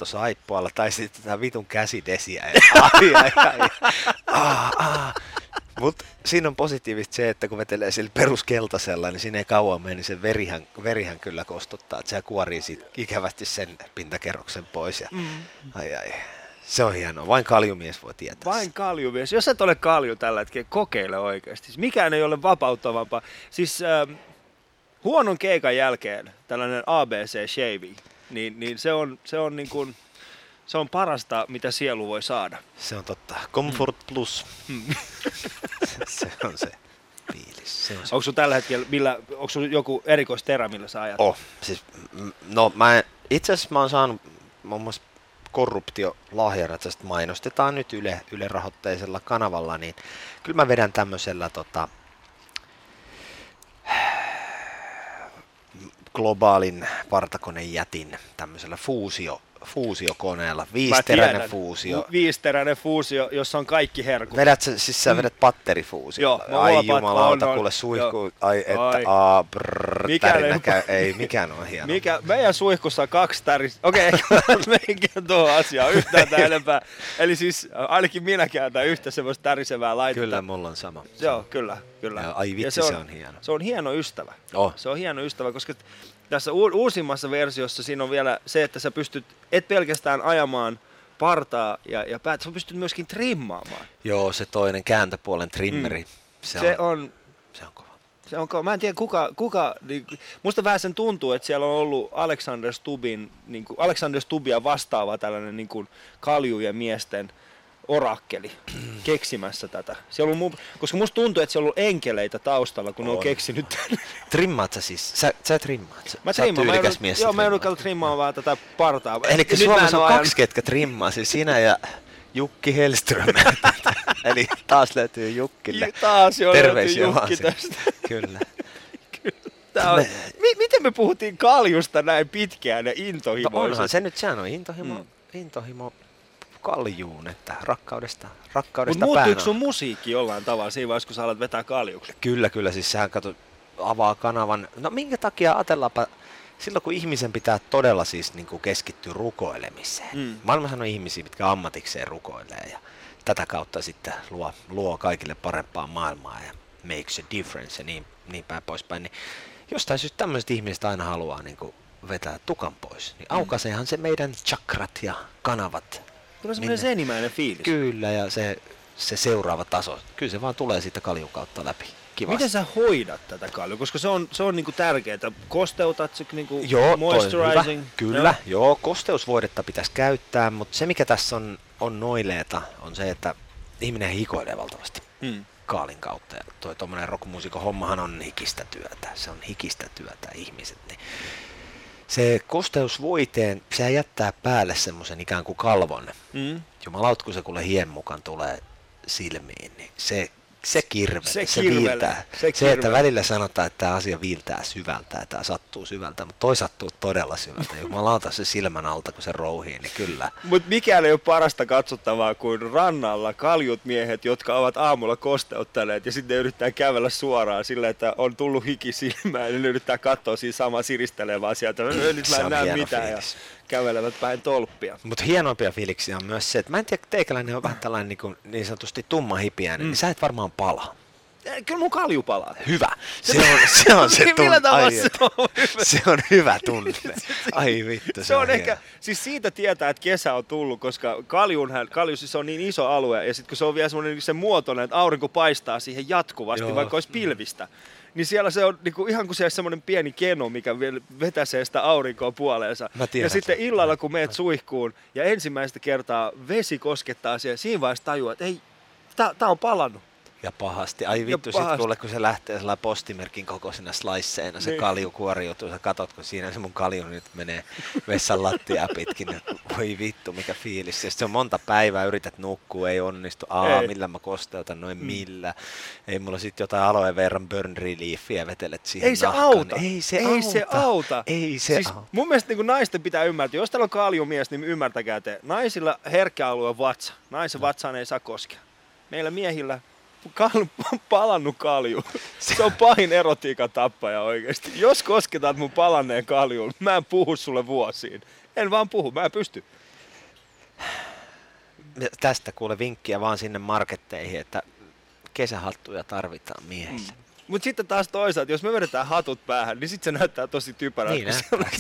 vaahtosaippualla tai sitten tätä vitun käsidesiä. Mutta siinä on positiivista se, että kun vetelee sillä peruskeltaisella, niin siinä ei kauan mene, niin se verihän kyllä kostuttaa, että se kuorii siitä ikävästi sen pintakerroksen pois. Ja, ai. Se on hienoa. Vain kaljumies voi tietää. Vain kaljumies. Jos et ole kalju tällä hetkellä, kokeile oikeasti. Mikään ei ole vapauttavampaa. Siis huonon keikan jälkeen tällainen ABC-shaving, niin se on niin kuin, se on parasta, mitä sielu voi saada. Se on totta. Comfort Plus. Se on se fiilis. Onko sun tällä hetkellä, onko sun joku erikoisterä, millä sä ajat? Siis, no itse asiassa mä oon saanut muun muassa korruptiolahjaratsasta mainostetaan nyt Yle-rahoitteisella kanavalla, niin kyllä mä vedän tämmöisellä globaalin partakonejätin tämmöisellä fuusiokoneella, viisteräinen fuusio, jossa on kaikki herkut. Vedät sä vedät patterifuusiolla. Joo, ai jumalauta, kuule suihku, ei mikään on hieno. Meidän suihkussa on 2 okei, meinkään tuohon asiaan yhtään tämän enempää. Eli siis ainakin minä käytän yhtä semmoista tärisevää laitetta. Kyllä, mulla on sama. Joo, kyllä. Ja, ai vitsi, se on hieno. Se on hieno ystävä. Oh. Se on hieno ystävä, koska tässä uusimmassa versiossa siinä on vielä se, että sä pystyt et pelkästään ajamaan partaa ja päät, sä pystyt myöskin trimmaamaan. Joo, se toinen kääntöpuolen trimmeri. Se on kova. Se on kova. Mä en tiedä kuka niin, musta vähän sen tuntuu, että siellä on ollut Alexander Stubbia vastaava tällainen niin kuin kaljujen miesten orakkeli keksimässä tätä. Koska musta tuntuu, että siellä on ollut enkeleitä taustalla, kun ne on keksinyt tämän. Trimmaat sä siis? Sä trimmaat? Mä trimmaan. Mä joudun trimmaamaan vaan tätä partaa. Eli Suomessa on 2, ketkä trimmaa, siis sinä ja Jukki Hellström. Eli taas löytyy Jukkille. Taas jo löytyy Jukki tästä. Kyllä. Miten me puhuttiin kaljusta näin pitkään ja intohimoisesti? No onhan se nyt, sehän on intohimo kaljuun, että rakkaudesta Mutta muuttuiko sun musiikki jollain tavalla siinä vaiheessa, kun sä alat vetää kaljuksi? Kyllä, siis sehän avaa kanavan. No minkä takia, ajatellaanpa, silloin kun ihmisen pitää todella siis niin kuin keskittyä rukoilemiseen. Maailmassahan on ihmisiä, mitkä ammatikseen rukoilee ja tätä kautta sitten luo kaikille parempaa maailmaa ja makes a difference ja niin päin poispäin. Niin jostain syystä tämmöiset ihmiset aina haluaa niin kuin vetää tukan pois. Niin aukaiseehan se meidän chakrat ja kanavat. Tulee semmoinen zenimäinen fiilis. Kyllä, ja se seuraava taso, kyllä se vaan tulee siitä kaljun kautta läpi. Kivasti. Miten sä hoidat tätä kaljua? Koska se on niinku tärkeää. Kosteutat se niinku moisturizing? Kyllä, joo, kosteusvoidetta pitäisi käyttää, mutta se mikä tässä on noileeta on se, että ihminen hikoilee valtavasti kaalin kautta. Ja toi tommonen rockmuusikon hommahan on hikistä työtä. Se on hikistä työtä ihmiset. Niin se kosteusvoiteen, se jättää päälle semmoisen ikään kuin kalvon. Jumalaut, kun se kuule hien mukaan tulee silmiin, niin se kirvelee, se viiltää. Se, että välillä sanotaan, että tämä asia viiltää syvältä ja tämä sattuu syvältä, mutta toi sattuu todella syvältä. Jumalauta se silmän alta, kun se rouhii, niin kyllä. Mutta mikään ei ole parasta katsottavaa kuin rannalla kaljut miehet, jotka ovat aamulla kosteuttaneet ja sitten ne yrittää kävellä suoraan sillä, että on tullut hiki silmään ja ne yrittää katsoa siinä samaa siristelevää sieltä. Nyt mä en näe mitään ja kävelevät päin tolppia. Mutta hienompia fiiliksiä on myös se, että mä en tiedä, teikäläinen on vähän tällainen niin sanotusti tummahipiäinen, niin sä et varmaan pala. Kyllä mun kalju palaa. Hyvä. Se on se tunne. Millä tavalla se on hyvä? Se on hyvä tunne. Ai vittu, se on ehkä, siis siitä tietää, että kesä on tullut, koska kalju siis on niin iso alue, ja sitten kun se on vielä semmoinen se muotoinen, että aurinko paistaa siihen jatkuvasti, vaikka olisi pilvistä, niin siellä se on niinku, ihan kuin se semmoinen pieni keno, mikä vielä vetäsee sitä aurinkoa puoleensa. Ja sitten illalla, kun meet suihkuun, ja ensimmäistä kertaa vesi koskettaa siellä, siinä vaiheessa tajuaa, että ei, tää on palannut. Ja pahasti. Ai vittu, sit kuule, kun se lähtee sellainen postimerkin kokoisena sliceena, se kalju kuoriutuu, sä katot, kun siinä se mun kalju nyt menee vessan lattiaa pitkin. Voi vittu, mikä fiilis. Ja se on monta päivää, yrität nukkua, ei onnistu. Millä mä kosteutan, noin millä. Ei mulla sit jotain aloe verran burn reliefia vetelet siihen nahkaan. Ei se auta. Mun mielestä niin naisten pitää ymmärtää, jos täällä on kaljumies, niin ymmärtäkää te. Naisilla herkkä alue on vatsa. Naisen vatsaan ei saa koskea. Meillä miehillä palannut kalju. Se on pahin erotiikan tappaja oikeesti. Jos kosketat mun palanneen kaljuun, mä en puhu sulle vuosiin. En vaan puhu, mä en pysty. Tästä kuule vinkkiä vaan sinne marketteihin, että kesähattuja tarvitaan miehille. Mutta sitten taas toisaalta, jos me vedetään hatut päähän, niin sitten se näyttää tosi typerältä. Niin näyttää.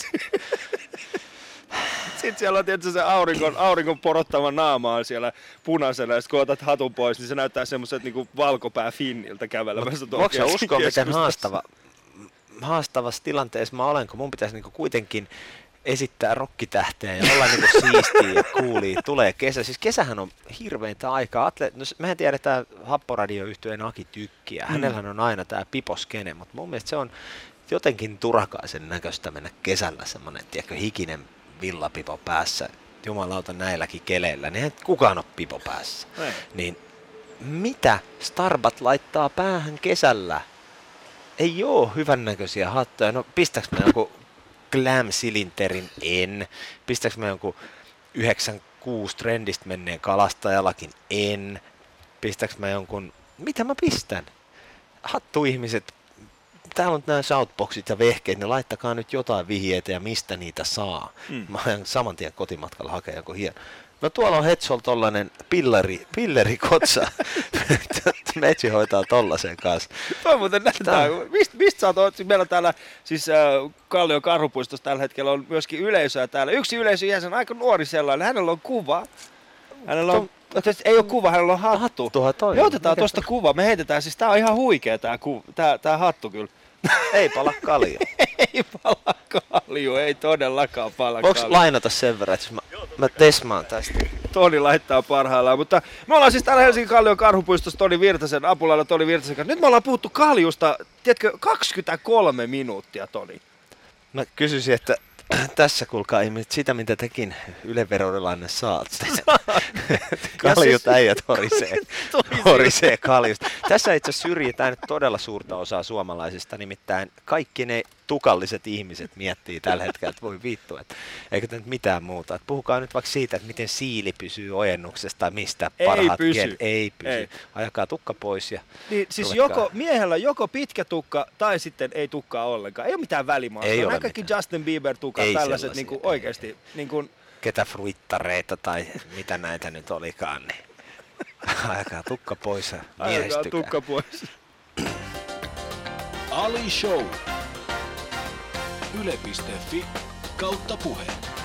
Sitten siellä on tietysti se auringon porottava naama on siellä punaisena, ja kun otat hatun pois, niin se näyttää semmoiset niinku valkopää Finniltä kävelemässä tuolla. Voinko sä uskoa, miten haastavassa tilanteessa mä olen, kun mun pitäisi niinku kuitenkin esittää rokkitähteä ja olla niinku siistiä ja coolia. Tulee kesä. Siis kesähän on hirveintä aikaa. No, mehän tiedetään Happoradio-yhtyeen Aki Tykkiä. Hänellähän on aina tää piposkene, mutta mun mielestä se on jotenkin turhakaisen näköistä mennä kesällä semmonen, tiedätkö, hikinen villapipo päässä. Jumalauta näilläkin keleillä. Niin kukaan ole pipo päässä. Niin mitä Starbat laittaa päähän kesällä? Ei oo hyvännäköisiä hattuja. No pistäks mä joku Glam-silinterin? En. Pistäks mä jonkun 96 trendistä menneen kalastajallakin? En. Pistäks mä jonkun... Mitä mä pistän? Hattuihmiset, täällä on nämä shoutboxit ja vehkeet, ne laittakaa nyt jotain vihjeitä ja mistä niitä saa. Mä ajan saman tien kotimatkalla hakea joku hieno. No tuolla on Hetsol tollanen pillerikotsa. Metsi hoitaa tollasen kanssa. Toi muuten näyttää. Mistä sä oot? Meillä on täällä siis Kallion Karhupuistossa tällä hetkellä on myöskin yleisöä täällä. Yksi yleisöjäsen, aika nuori sellainen. Hänellä on kuva. Hänellä on... Ei ole kuva, hänellä on hattu. Me otetaan tuosta kuva. Me heitetään, siis tää on ihan huikea tää hattu kyllä. Ei pala kalju. Ei pala kalju, ei todellakaan pala kalju. Voinko lainata sen verran, että mä tesmaan tästä? Toni laittaa parhaillaan, mutta me ollaan siis täällä Helsingin Kallion Karhupuistossa apulailla Toni Virtasen kanssa. Nyt me ollaan puhuttu kaljusta, tiedätkö, 23 minuuttia, Toni. Mä kysyisin, että tässä kuulkaa ei sitä, mitä tekin yleveroilainen saat. Kaljut äijät horisee kaljusta. Tässä itse asiassa syrjitään nyt todella suurta osaa suomalaisista, nimittäin kaikki ne tukalliset ihmiset miettii tällä hetkellä, että voi vittu, että eikö tämä nyt mitään muuta. Että puhukaa nyt vaikka siitä, että miten siili pysyy ojennuksesta tai mistä parhaat kielet. Ei pysy. Ei. Ajakaa tukka pois. Ja niin, siis miehellä joko pitkä tukka tai sitten ei tukkaa ollenkaan. Ei ole mitään välimaassa. Ei ole kaikki Justin Bieber tukat, tällaiset niin oikeasti. Niin kuin... Ketä fruittareita tai mitä näitä nyt olikaan, niin ajakaa tukka pois ja miehistykää. Ajakaa tukka pois. Ali Show. Yle.fi/puhe.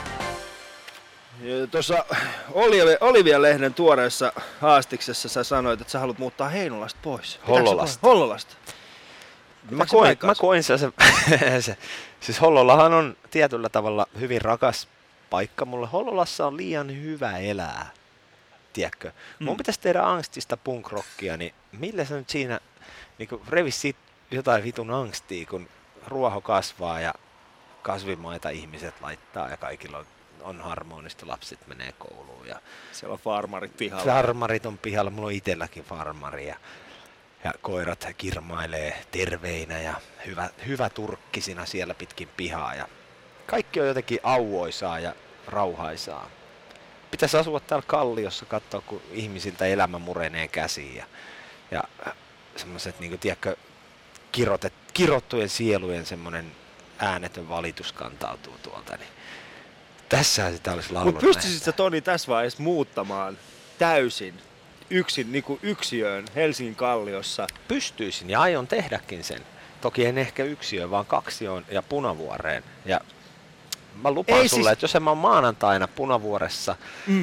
Tuossa Olivia-lehden tuoreessa haastiksessa sä sanoit, että sä haluat muuttaa Heinolasta pois. Hollolasta. Mä koin se siis Hollolahan on tietyllä tavalla hyvin rakas paikka mulle. Hollolassa on liian hyvä elää, tiedätkö? Mun pitäisi tehdä angstista punkrockia, niin millä sä nyt siinä niin revis siitä jotain vitun angstia, kun ruoho kasvaa ja kasvimaita ihmiset laittaa ja kaikilla on harmonista, lapset menee kouluun. Ja siellä on farmarit pihalla. Farmarit on pihalla, mulla on itselläkin farmari ja koirat kirmailee terveinä ja hyvä turkkisina siellä pitkin pihaa. Ja kaikki on jotenkin auoisaa ja rauhaisaa. Pitäisi asua täällä Kalliossa, katsoa kun ihmisiltä elämä murenee käsiin ja semmoiset niinku, tiedätkö, kirottujen sielujen semmoinen äänetön valitus kantautuu tuolta. Niin tässähän sitä olisi laulunut. Mutta pystyisit sä, Toni, tässä vaiheessa muuttamaan täysin yksin, niin kuin yksiöön Helsingin Kalliossa? Pystyisin ja aion tehdäkin sen. Toki en ehkä yksiöön, vaan kaksioon ja Punavuoreen. Ja mä lupaan sulle, että jos en mä oon maanantaina Punavuoressa,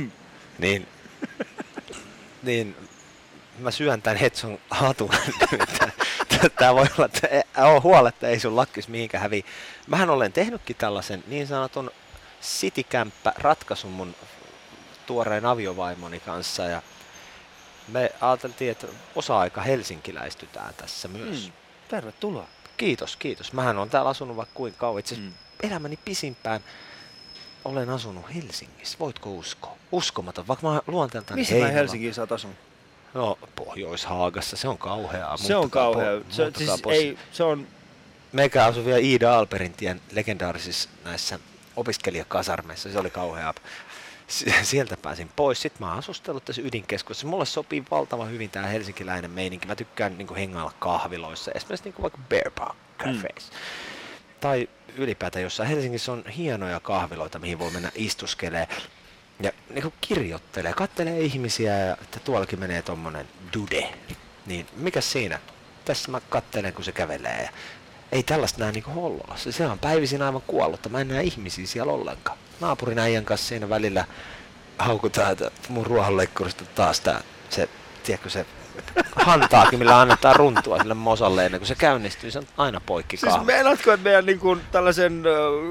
niin mä syön tän Hetson hatun. Tää voi olla, että huoletta ei sun lakkis mihinkään häviä. Mähän olen tehnytkin tällaisen niin sanotun citykämppä-ratkaisun mun tuoreen aviovaimoni kanssa. Ja me ajateltiin, että osa-aika helsinkiläistytään tässä myös. Tervetuloa. Kiitos. Mähän on täällä asunut vaikka kuinka kauan. Itse elämäni pisimpään olen asunut Helsingissä. Voitko uskoa? Uskomaton, vaikka mä luonteeltaan missä päin Helsingissä sä oot asunut? No, Pohjois-Haagassa. Se on kauheaa. Se on kauheaa. Se on... Meikä asui vielä Iida Alperintien legendaarisissa näissä opiskelijakasarmeissa. Se oli kauheaa. Sieltä pääsin pois. Sitten mä oon asustellut tässä ydinkeskuksessa. Mulle sopii valtavan hyvin tää helsinkiläinen meininki. Mä tykkään niinku hengailla kahviloissa. Esimerkiksi niinku vaikka Bear Park Cafés. Tai ylipäätään jossain Helsingissä on hienoja kahviloita, mihin voi mennä istuskelee. Ja niinku kirjoittelee, kattelee ihmisiä ja että tuollakin menee tommonen dude. Niin, mikä siinä? Tässä mä katselen, kun se kävelee. Ja ei tällaista näe niinku Hollolassa. Se on päivisin aivan kuollutta. Mä en näe ihmisiä siellä ollenkaan. Naapurin äijän kanssa siinä välillä haukutaan, että mun ruohonleikkurista taas se, tiedätkö, se hantaakin, millä annetaan runtua sille mosalle ennen kuin se käynnistyy. Se on aina poikki kahva. Siis meinaatko, että meidän niin kuin, tällaisen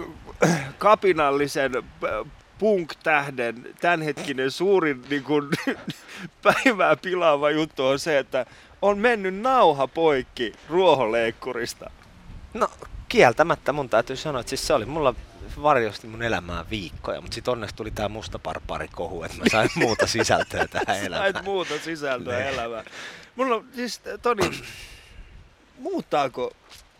kapinallisen punk-tähden tämänhetkinen suurin niin kuin, päivää pilaava juttu on se, että on mennyt nauha poikki ruohonleikkurista? No kieltämättä mun täytyy sanoa, että siis se oli mulla varjosti mun elämää viikkoja, mutta sitten onneksi tuli tää musta barbaarikohu, että mä sain muuta sisältöä tähän elämään. Sait muuta sisältöä elämään. Mulla on siis, Toni, muuttaako?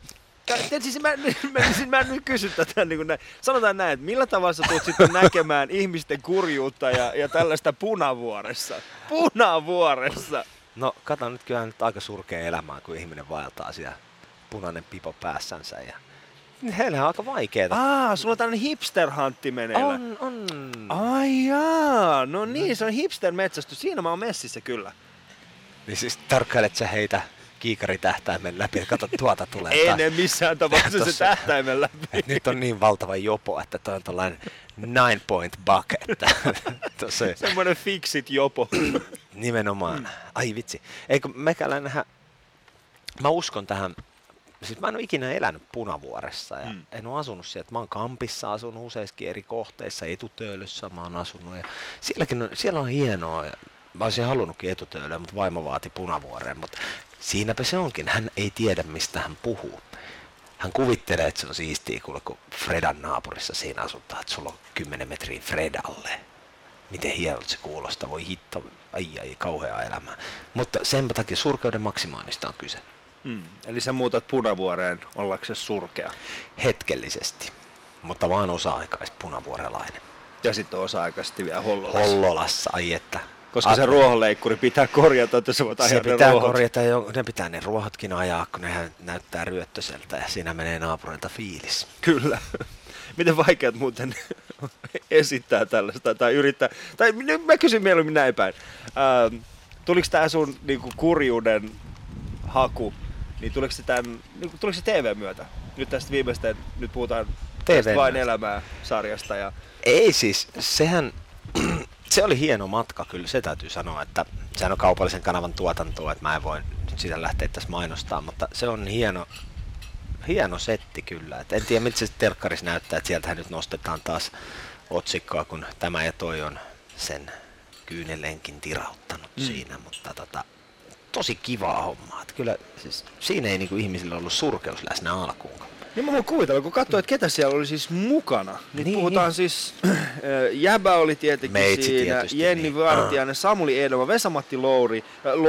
Siis mä en nyt kysy tätä niin kuin näin. Sanotaan näin, että millä tavalla sä tulet sitten näkemään ihmisten kurjuutta ja tällaista Punavuoressa? Punavuoressa! No kato nyt kyllä nyt aika surkea elämää, kun ihminen vaeltaa siellä punainen pipo päässänsä ja heillä on aika vaikeeta. Sulla on tällainen hipster-hantti meneillä. On. Ai jaa, no niin, se on hipster-metsästys. Siinä mä oon messissä kyllä. Niin siis tarkkailet sä heitä kiikaritähtäimen läpi ja kato tuota tulee taas. Ei missään tapauksessa se tähtäimen läpi. Nyt on niin valtava jopo, että toi on tollainen 9-point bucket. Semmoinen fixit jopo. Nimenomaan. Ai vitsi. Eikö mekäläinenhän, mä uskon tähän, siis mä en ole ikinä elänyt Punavuoressa ja en ole asunut siellä. Mä oon kampissa asunut useissakin eri kohteissa, Etutöölössä mä oon asunut ja siellä on hienoa. Mä olisin halunnutkin Etutöölöä, mutta vaimo vaati Punavuoreen, mutta siinäpä se onkin. Hän ei tiedä, mistä hän puhuu. Hän kuvittelee, että se on siistiä, kun Fredan naapurissa siinä asutaan, että sulla on 10 metriä Fredalle. Miten hienolta se kuulostaa, voi hitto, ai kauheaa elämää. Mutta sen takia surkeuden maksimoinnista on kyse. Eli sä muutat Punavuoreen ollaksesi surkea. Hetkellisesti, mutta vaan osa-aikais punavuorelainen. Ja sitten osa-aikaisesti vielä Hollolassa. Hollolassa, ai että. Koska se ruohonleikkuri pitää korjata, että sä voit ajaa se pitää korjata, ne pitää ne ruohotkin ajaa, kun nehän näyttää ryöttöseltä ja siinä menee naapureilta fiilis. Kyllä. Miten vaikeat muuten esittää tällaista tai yrittää, tai mä kysyn mieluummin näin päin. Tuliko tää sun niinku kurjuuden haku, niin tuliko se TV myötä? Nyt tästä viimeisten, nyt puhutaan tästä Vain elämää -sarjasta. Ja ei siis, se oli hieno matka kyllä, se täytyy sanoa, että sehän on kaupallisen kanavan tuotantoa, että mä en voi nyt sitä lähteä tässä mainostamaan, mutta se on hieno setti kyllä. Et en tiedä, miltä se telkkarissa näyttää, että sieltähän nyt nostetaan taas otsikkoa, kun tämä ja toi on sen kyynellenkin tirauttanut siinä, mutta tosi kivaa hommaa. Et kyllä siis, siinä ei niinku ihmisillä ollut surkeus läsnä alkuunkaan. Niin mä voin kuvitella, kun katsoin, että ketä siellä oli siis mukana. Nyt puhutaan siis, Jäbä oli tietenkin Meitsi siinä, tietysti, Jenni niin. Vartiainen, Samuli Edelman, Vesa-Matti Louri.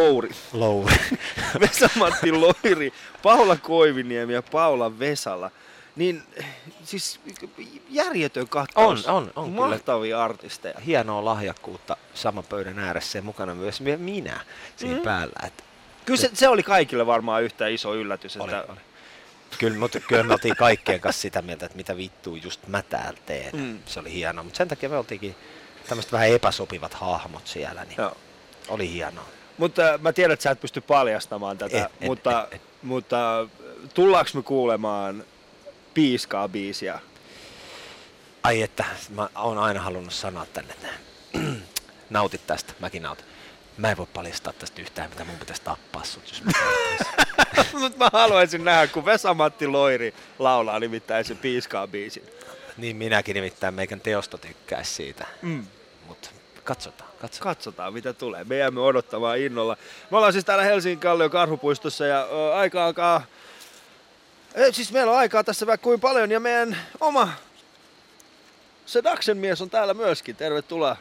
Vesa-Matti Loiri, Paula Koiviniemi ja Paula Vesala. Niin siis järjetön kattaus. On mahtavia kyllä artisteja. Hienoa lahjakkuutta saman pöydän ääressä ja mukana myös minä siinä päällä. Että kyllä se oli kaikille varmaan yhtä iso yllätys. Että oli. Kyllä me oltiin kaikkien kanssa sitä mieltä, että mitä vittua just mä täällä teen. Se oli hienoa, mutta sen takia me oltiinkin tämmöiset vähän epäsopivat hahmot siellä, niin oli hienoa. Mutta mä tiedän, että sä et pysty paljastamaan tätä, mutta tullaanko me kuulemaan Piiskaa biisiä? Ai että, mä oon aina halunnut sanoa tänne, että nautit tästä, mäkin nautin. Mä en voi paljastaa tästä yhtään, mitä mun pitäisi tappaa sut, jos mä Mutta mä haluaisin nähdä, kun Vesa-Matti Loiri laulaa nimittäin sen Piiskaa biisin. Niin minäkin nimittäin meikän teosta tykkäis siitä, mutta katsotaan Mitä tulee. Me jäämme odottamaan innolla. Me ollaan siis täällä Helsingin Kallion Karhupuistossa ja aika alkaa. Siis meillä on aikaa tässä vaikka kuin paljon ja meidän oma Seduction mies on täällä myöskin. Tervetuloa.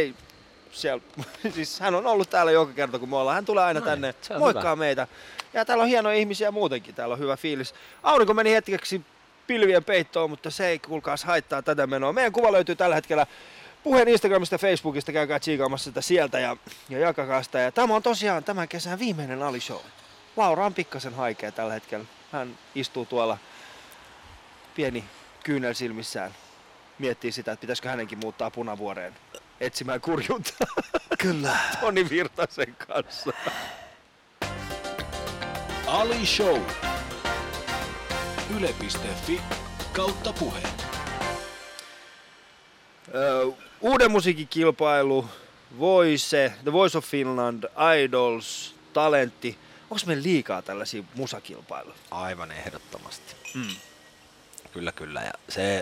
Siis hän on ollut täällä joka kerta kun me ollaan. Hän tulee aina tänne moikkaa meitä. Ja täällä on hienoja ihmisiä muutenkin. Täällä on hyvä fiilis. Aurinko meni hetkeksi pilvien peittoon, mutta se ei kuulkaas haittaa tätä menoa. Meidän kuva löytyy tällä hetkellä Puheen Instagramista ja Facebookista. Käykää tsiikaamassa sitä sieltä ja jakakaa sitä. Ja tämä on tosiaan tämän kesän viimeinen Ali-show. Laura on pikkasen haikea tällä hetkellä. Hän istuu tuolla pieni kyynel silmissään. Miettii sitä, että pitäisikö hänenkin muuttaa Punavuoreen etsimään kurjuutta. Kyllä. Toni Virtasen kanssa. Ali Show. Yle.fi/puhe. Uuden musiikin kilpailu, Voice, The Voice of Finland, Idols, Talentti. Onko meillä liikaa tällaisia musakilpailuja? Aivan ehdottomasti. Kyllä. Ja se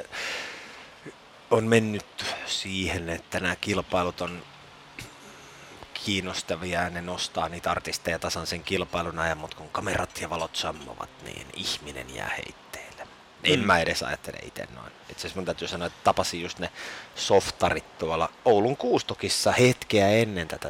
on mennyt siihen, että nämä kilpailut on kiinnostavia ja ne nostaa niitä artisteja tasan sen kilpailun ajan, mutta kun kamerat ja valot sammovat, niin ihminen jää heitteille. En mä edes ajattele itse noin. Itse asiassa mun täytyy sanoa, että tapasin just ne softarit tuolla Oulun Kuustokissa hetkeä ennen tätä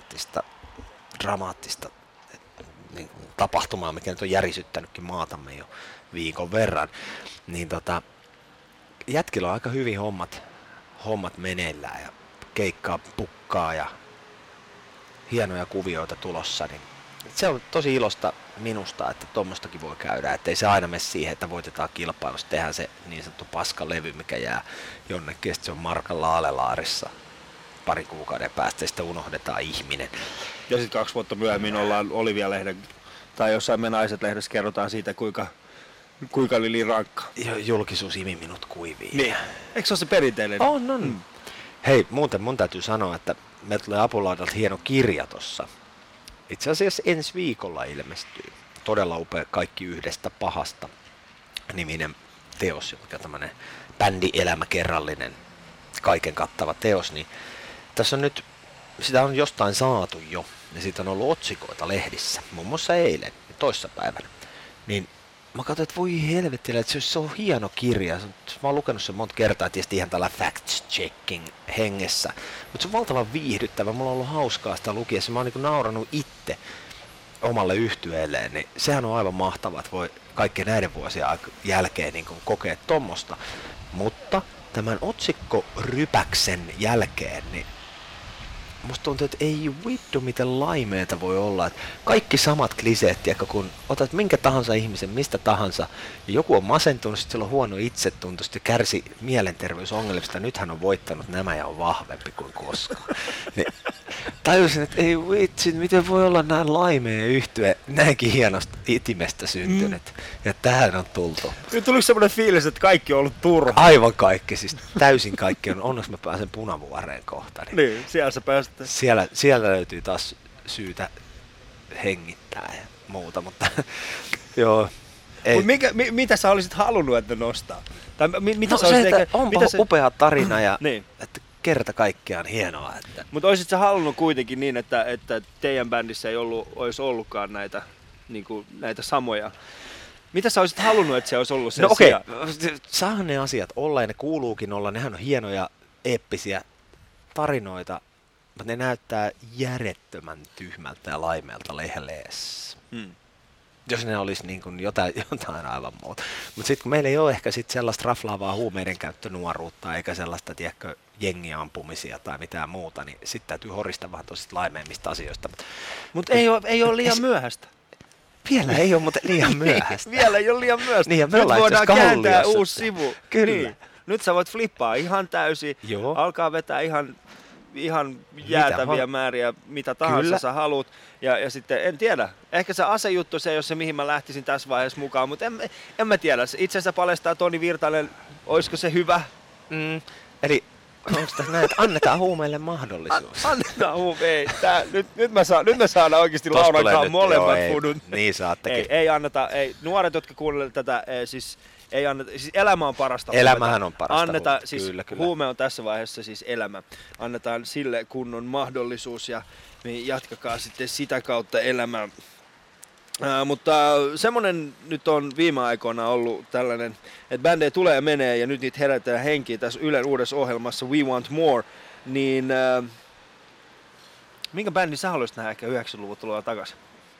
dramaattista niin tapahtumaa, mikä nyt on järisyttänytkin maatamme jo viikon verran. Niin jätkillä on aika hyvin hommat meneillään ja keikkaa pukkaa ja hienoja kuvioita tulossa, niin se on tosi ilosta minusta, että tuommoistakin voi käydä, ettei se aina mene siihen, että voitetaan kilpailussa, tehdään se niin sanottu paskalevy, mikä jää jonnekin, ja se on markan laalelaarissa pari kuukauden päästä, ja sitten unohdetaan ihminen. Ja sitten 2 vuotta myöhemmin ollaan Olivia-lehden, tai jossain Me Naiset-lehdessä kerrotaan siitä, kuinka oli rankka. Julkisuus imi minut kuiviin. Niin. Eikö se ole se perinteinen? On. Hei, muuten mun täytyy sanoa, että meillä tulee Apulaudalta hieno kirja tossa. Itse asiassa ensi viikolla ilmestyy. Todella upea Kaikki yhdestä pahasta -niminen teos, joka on tämmönen bändielämä kerrallinen, kaiken kattava teos. Niin tässä on nyt, sitä on jostain saatu jo, ja siitä on ollut otsikoita lehdissä, muun muassa eilen ja toissapäivänä. Niin mä katsoin, että voi helvettillä, että se on hieno kirja. Mä oon lukenut sen monta kertaa, tietysti ihan tällä fact-checking hengessä. Mutta se on valtavan viihdyttävä. Mulla on ollut hauskaa sitä lukiessa. Mä oon niin nauranut itse omalle yhtyeelleen. Niin sehän on aivan mahtavaa, että voi kaikkien näiden vuosien jälkeen niin kokea tommosta. Mutta tämän otsikkorypäksen jälkeen, niin musta tuntuu, että ei vittu miten laimeeta voi olla, että kaikki samat kliseet, tiedätkö, kun otat minkä tahansa ihmisen, mistä tahansa, ja joku on masentunut, sitten sillä on huono itsetunto, sitten kärsi mielenterveysongelmista, nyt hän on voittanut nämä ja on vahvempi kuin koskaan. Niin, tajusin, että ei vitsi, miten voi olla näin laimea yhtye, näinkin hienosta itimestä syntynyt, ja tähän on tultu. Nyt tuliko semmoinen fiilis, että kaikki on ollut turha? Aivan kaikki, siis täysin kaikki on, onneksi mä pääsen Punavuoreen kohta. Niin, siellä sä pääset. Siellä löytyy taas syytä hengittää ja muuta, mutta joo. Mitä sä olisit halunnut, että nostaa? Tai mitä se, että onpa upea tarina ja niin. Että kerta kaikkiaan hienoa. Että. Mutta olisit sä halunnut kuitenkin niin, että teidän bändissä ei olisi ollutkaan näitä samoja. Mitä sä olisit halunnut, että se olisi ollut sen sijaan? Saahan ne asiat olla ja ne kuuluukin olla. Nehän on hienoja, eeppisiä tarinoita, mutta ne näyttää järjettömän tyhmältä ja laimeelta lehleessä. Jos ne olisi niin kuin jotain aivan muuta. Mutta sitten kun meillä ei ole ehkä sit sellaista raflaavaa huumeiden käyttönuoruutta eikä sellaista, tiedätkö, jengiampumisia tai mitään muuta, niin sitten täytyy horista vähän tosista laimeimmista asioista. Mutta ei ole liian myöhäistä. Vielä ei ole muuten liian myöhäistä. Vielä ei ole liian myöhäistä. Niin, nyt voidaan kääntää uusi sivu. Kyllä. Niin. Nyt sä voit flippaa ihan täysin, alkaa vetää ihan jäätäviä määriä, mitä tahansa Kyllä. sä haluut. Ja sitten, en tiedä, ehkä se asejuttu, se ei ole se, mihin mä lähtisin tässä vaiheessa mukaan, mutta en mä tiedä. Itse asiassa paljastaa Toni Virtanen, olisiko se hyvä? Eli onko tässä näin, että annetaan huumeille mahdollisuus? Annetaan huumeille. Nyt me saadaan oikeasti Laurankaan molemmat fudut. Niin saattekin. Ei anneta, nuoret, jotka kuuntelevat tätä, siis elämä on parasta. Elämähän on parasta. Annetaan, siis kyllä. Huume on tässä vaiheessa siis elämä. Annetaan sille kunnon mahdollisuus ja jatkakaa sitten sitä kautta elämää. Mutta semmonen nyt on viime aikoina ollut tällainen, että bändejä tulee ja menee ja nyt niitä herätään henkiä tässä Ylen uudessa ohjelmassa We Want More, niin minkä bändin sä haluaisit nähdä ehkä 90-luvun tuloa takaisin?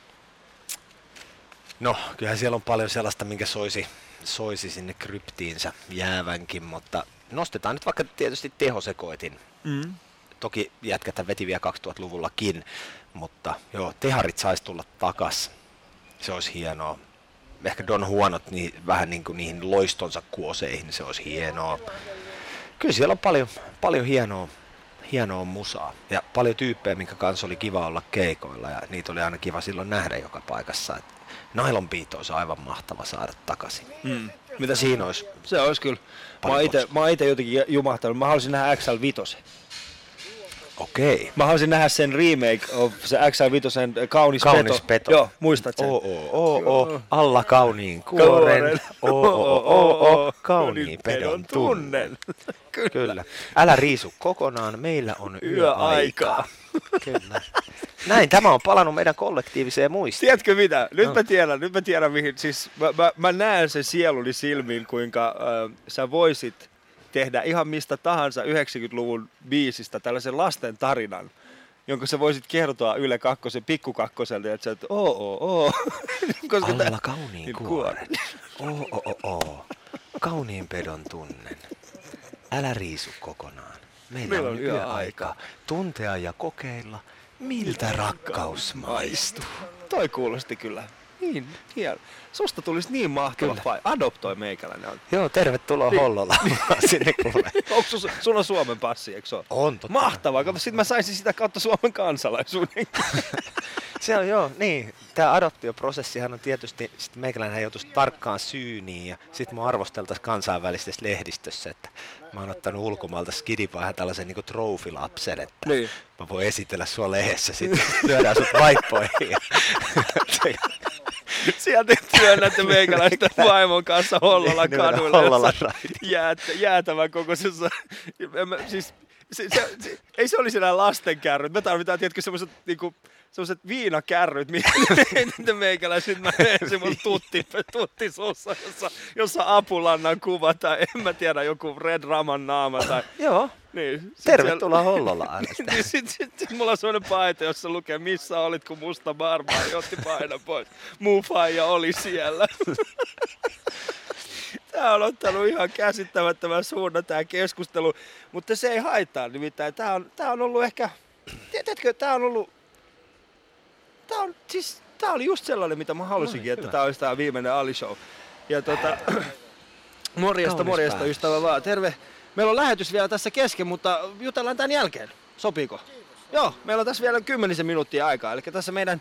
No, kyllähän siellä on paljon sellaista, minkä soisi sinne kryptiinsä jäävänkin, mutta nostetaan nyt vaikka tietysti tehosekoitin. Toki jätkätä veti vielä 2000-luvullakin, mutta joo, teharit saisi tulla takas. Se olisi hienoa. Ehkä Don Juanot niin, vähän niin kuin niihin loistonsa kuoseihin, se olisi hienoa. Kyllä siellä on paljon hienoa musaa ja paljon tyyppejä, minkä kanssa oli kiva olla keikoilla ja niitä oli aina kiva silloin nähdä joka paikassa. Nylon Beat olisi aivan mahtava saada takaisin. Mitä Siinä olisi Se olisi kyllä. Mä oon ite jotenkin jumahtanut. Mä haluaisin nähdä XL5. okei. Mä haluaisin nähdä sen remake of se XL5 Kaunis Peto. Joo, muistat sen? Alla kauniin kuoren. Kauniin pedon tunnen. Kyllä. Älä riisu kokonaan, meillä on yöaikaa. Kyllä. Näin, tämä on palannut meidän kollektiiviseen muistiin. Tiedätkö mitä? Nyt mä tiedän mihin. Siis mä näen sen sieluni silmiin, kuinka sä voisit tehdä ihan mistä tahansa 90-luvun biisistä tällaisen lasten tarinan, jonka sä voisit kertoa Yle Kakkosen, Pikku Kakkoselle, että sä et Alla kauniin kuoren. Kauniin pedon tunnen. Älä riisu kokonaan. Meillä on yöaika. Tuntea ja kokeilla, miltä rakkaus maistuu. Toi kuulosti kyllä. Niin, hieno. Susta tulisi niin mahtava fai. Adoptoi meikäläinen. Joo, tervetuloa Hollolaan. Sinne kuule. Onko sun on Suomen passi, eikö se ole? On totta. Mahtavaa. Kato, sit mä saisin sitä kautta Suomen kansalaisuuden. Se on joo, niin. Tämä adoptioprosessihan on tietysti, sit meikäläinen joutuisi tarkkaan syyniin ja sit mua arvosteltaisiin kansainvälisessä lehdistössä, että mä oon ottanut ulkomailta skidipaihan tällaisen niinku trofilapsen, että niin. Mä voin esitellä sua lehdessä, sitten lyödään sut vaippoihin. Sieltä työnnätte meikäläistä vaimon kanssa Hollolan kaduilla, jäätävän kokoisessa. Siis, ei se olisi enää lastenkärryt. Me tarvitaan tietenkin semmoiset niinku, viinakärryt, mitä meikäläiset mä se mun tutti suussa, jossa Apulannan kuva tai en mä tiedä, joku Red Raman naama tai... Joo. Niin, tervetuloa Hollolaan. Niin, sit mulla on sellainen paita, jossa lukee, missä olit, kun musta barbaari otti painan pois. Muu faija oli siellä. Tää on ottanut ihan käsittämättömän suunnan tää keskustelu, mutta se ei haittaa nimittäin. Tää on ollut ehkä, tiedätkö, tää oli just sellainen, mitä mä halusinkin, että tää olisi tää viimeinen Ali-show. Ja morjesta ystävä vaan, terve. Meillä on lähetys vielä tässä kesken, mutta jutellaan tämän jälkeen. Sopiiko? Joo, meillä on tässä vielä 10 minuuttia aikaa. Eli tässä meidän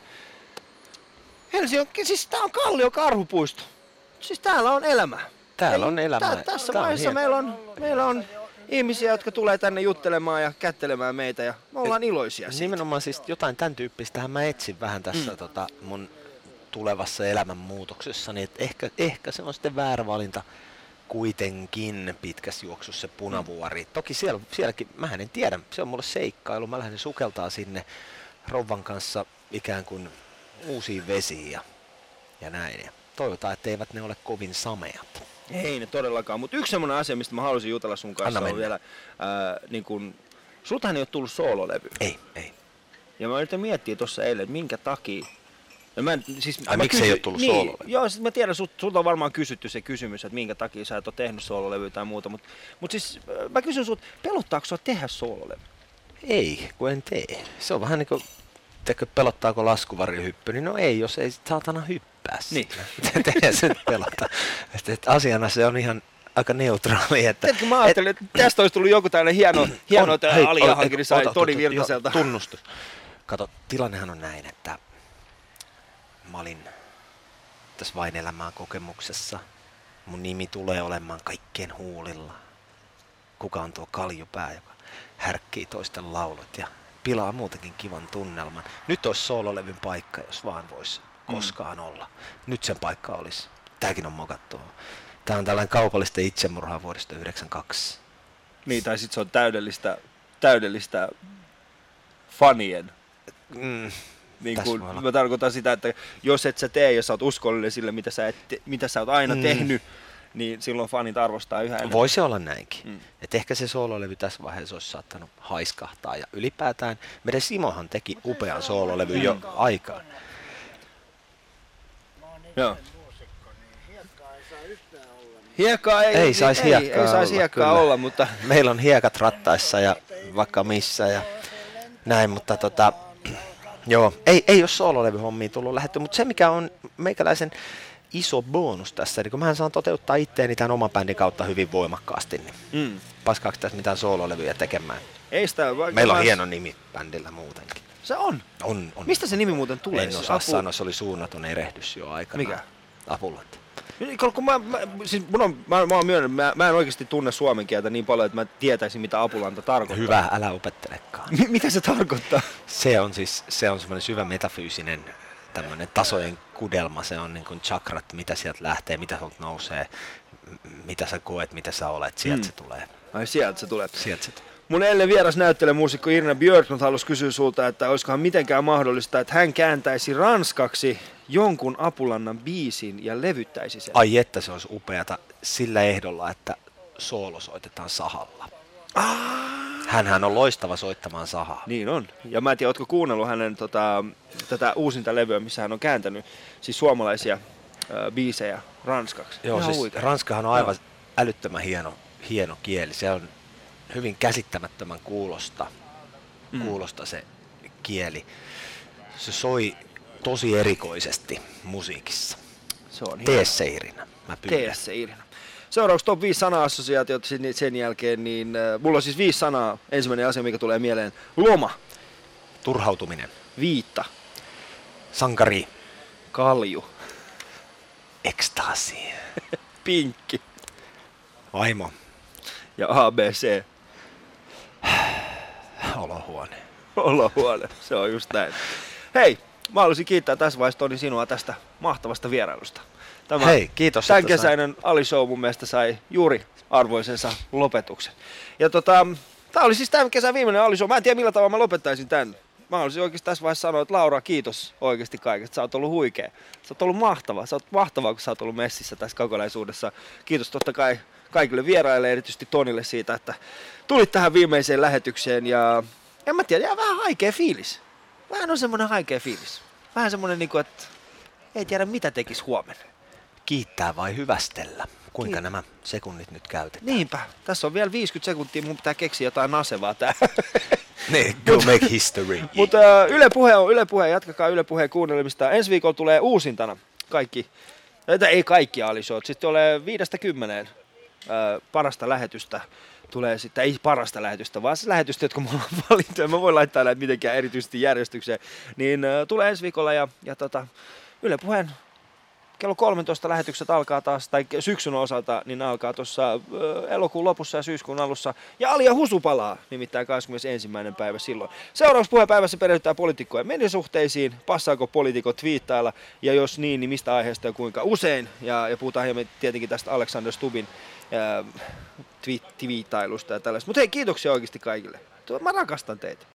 siis tää on Kallion karhupuisto. Siis täällä on elämä. Täällä on elämä. Tässä vaiheessa meillä on ihmisiä, jotka tulee tänne juttelemaan ja kättelemään meitä ja me ollaan iloisia siitä. Nimenomaan siis jotain tämän tyyppistähän mä etsin vähän tässä mun tulevassa elämänmuutoksessa, niin että ehkä se on sitten väärä valinta kuitenkin pitkässä juoksussa se Punavuori. Toki sielläkin, mähän en tiedä, se on mulle seikkailu, mä lähden sukeltaa sinne rouvan kanssa ikään kuin uusiin vesiin ja näin. Ja toivotaan, että eivät ne ole kovin sameat. Ei ne todellakaan, mutta yksi semmoinen asia, mistä mä haluaisin jutella sun kanssa on vielä, niin kun, sultahan ei ole tullut soololevy. Ei. Ja mä yritän miettiä tuossa eilen, että minkä takia. Miksi ei ole tullut soololevy? Joo, sit mä tiedän, sulta on varmaan kysytty se kysymys, että minkä takia sä et ole tehnyt soololevyä tai muuta, mutta siis mä kysyn sulta, pelottaako sua tehdä soololevy? Ei, kun en tee. Se on vähän niin kuin, pelottaako laskuvarjohyppy, niin no ei, jos ei saatana hyppää sitä. Niin. Tehdään sen pelata. Että asiana se on ihan aika neutraali. Että mä ajattelin, että tästä olisi tullut joku tällainen hieno aliahankin, niin sai Toni Virtaselta. Tunnustus. Kato, tilannehan on näin, että mä olin tässä Vain elämää -kokemuksessa. Mun nimi tulee olemaan kaikkien huulilla. Kuka on tuo kaljupää, joka härkkii toisten laulut ja pilaa muutenkin kivan tunnelman. Nyt olisi soololevyn paikka, jos vaan voisi koskaan olla. Nyt sen paikka olisi. Tääkin on mokattua. Tää on tällainen kaupallista itsemurhaa vuodesta 1992. Niin, tai sit se on täydellistä fanien. Niin kun, mä tarkoitan sitä, että jos et sä tee ja sä oot uskollinen sille, mitä sä oot aina tehnyt, niin silloin fanit arvostaa yhä enemmän. Voisi olla näinkin. Et ehkä se soololevy tässä vaiheessa olisi saattanut haiskahtaa. Ja ylipäätään meidän Simohan teki upean soololevyn jo aikaan. Joo. Hiekkaa ei saisi hiekkaa olla, mutta meillä on hiekat rattaissa ja vaikka missä ja näin, mutta joo, ei ole soololevy-hommiin tullut lähdetty, mutta se mikä on meikäläisen iso bonus tässä, eli kun mähän saan toteuttaa itteeni tämän oman bändin kautta hyvin voimakkaasti, niin paskaako tässä mitään soololevyjä tekemään? Ei sitä, meillä on hieno nimi bändillä muutenkin. Se on. On. Mistä se nimi muuten tulee? En osaa sanoa, se oli suunnaton erehdys jo aikana. Mikä? Apulat. Kun mä oon myönnä, mä en oikeasti tunne suomen kieltä niin paljon, että mä tietäisin mitä apulanta tarkoittaa. Hyvä, älä opettelekaan. Mitä se tarkoittaa? Se on semmoinen syvä metafyysinen tämmöinen tasojen kudelma, se on niin kuin chakrat, mitä sieltä lähtee, mitä sieltä nousee, mitä sä koet, mitä sä olet, sieltä se tulee. Ai sieltä se tulee. Sieltä se tulee. Mun eilen vieras näyttelijämuusikko Irina Björklund halusi kysyä sulta, että olisikohan mitenkään mahdollista, että hän kääntäisi ranskaksi jonkun Apulannan biisin ja levyttäisi sen. Ai että se olisi upeata sillä ehdolla, että soolo soitetaan sahalla. Hänhän on loistava soittamaan sahaa. Niin on. Ja mä en tiedä, ootko kuunnellut hänen tätä uusinta levyä, missä hän on kääntänyt siis suomalaisia biisejä ranskaksi. Joo, ihan siis ranskahan on aivan älyttömän hieno kieli. Se on hyvin käsittämättömän kuulosta se kieli. Se soi tosi erikoisesti musiikissa. Se on Tee se Irina, mä pyydän. Tee se Irina. Seuraavaksi top 5 sana-assosiaatiot sen jälkeen, niin mulla on siis 5 sanaa. Ensimmäinen asia, mikä tulee mieleen. Loma. Turhautuminen. Viitta. Sankari. Kalju. Ekstaasi. Pinkki. Vaimo. Ja ABC. Olohuone. Olohuone, se on just näin. Hei, mä haluaisin kiittää tässä vaiheessa Toni sinua tästä mahtavasta vierailusta. Hei, kiitos. Tämän kesäinen Ali Show mun mielestä sai juuri arvoisensa lopetuksen. Ja tää oli siis tämän kesän viimeinen Ali Show. Mä en tiedä millä tavalla mä lopettaisin tän. Mä haluaisin oikeasti tässä vaiheessa sanoa, että Laura, kiitos oikeasti kaikesta. Sä oot ollut huikea. Sä oot ollut mahtava. Sä oot mahtavaa, kun sä oot ollut messissä tässä kokonaisuudessa. Kiitos totta kai kaikille vieraille, erityisesti Tonille siitä, että tulit tähän viimeiseen lähetykseen. Ja en mä tiedä, jää vähän haikea fiilis. Vähän on semmonen haikea fiilis. Vähän semmonen niinku, että ei tiedä mitä tekis huomenna. Kiittää vai hyvästellä? Kuinka nämä sekunnit nyt käytetään? Niinpä. Tässä on vielä 50 sekuntia, mun pitää keksiä jotain nasevaa tää. Niin, go make history. Mutta Yle Puhe on Yle Puhe, jatkakaa Yle Puheen kuunnelemista. Ensi viikolla tulee uusintana kaikki, ei kaikki Ali-showt, sitten tulee 5-10 parasta lähetystä. Tulee sitten, ei parasta lähetystä, vaan se lähetystä, jotka mulla on valittu, en mä voi laittaa näitä mitenkään erityisesti järjestykseen. Niin tulee ensi viikolla ja Yle Puheen kello 13 lähetykset alkaa taas, tai syksyn osalta, niin alkaa tuossa elokuun lopussa ja syyskuun alussa. Ja Ali ja Husu palaa, nimittäin 21. päivä silloin. Seuraavaksi puheenpäivässä perehdytään poliitikkojen mediasuhteisiin, passaako poliitikot twiittailla, ja jos niin mistä aiheesta ja kuinka usein. Ja puhutaan hieman tietenkin tästä Alexander Stubbin twiittailusta ja tällaista. Mutta hei, kiitoksia oikeasti kaikille. Mä rakastan teitä.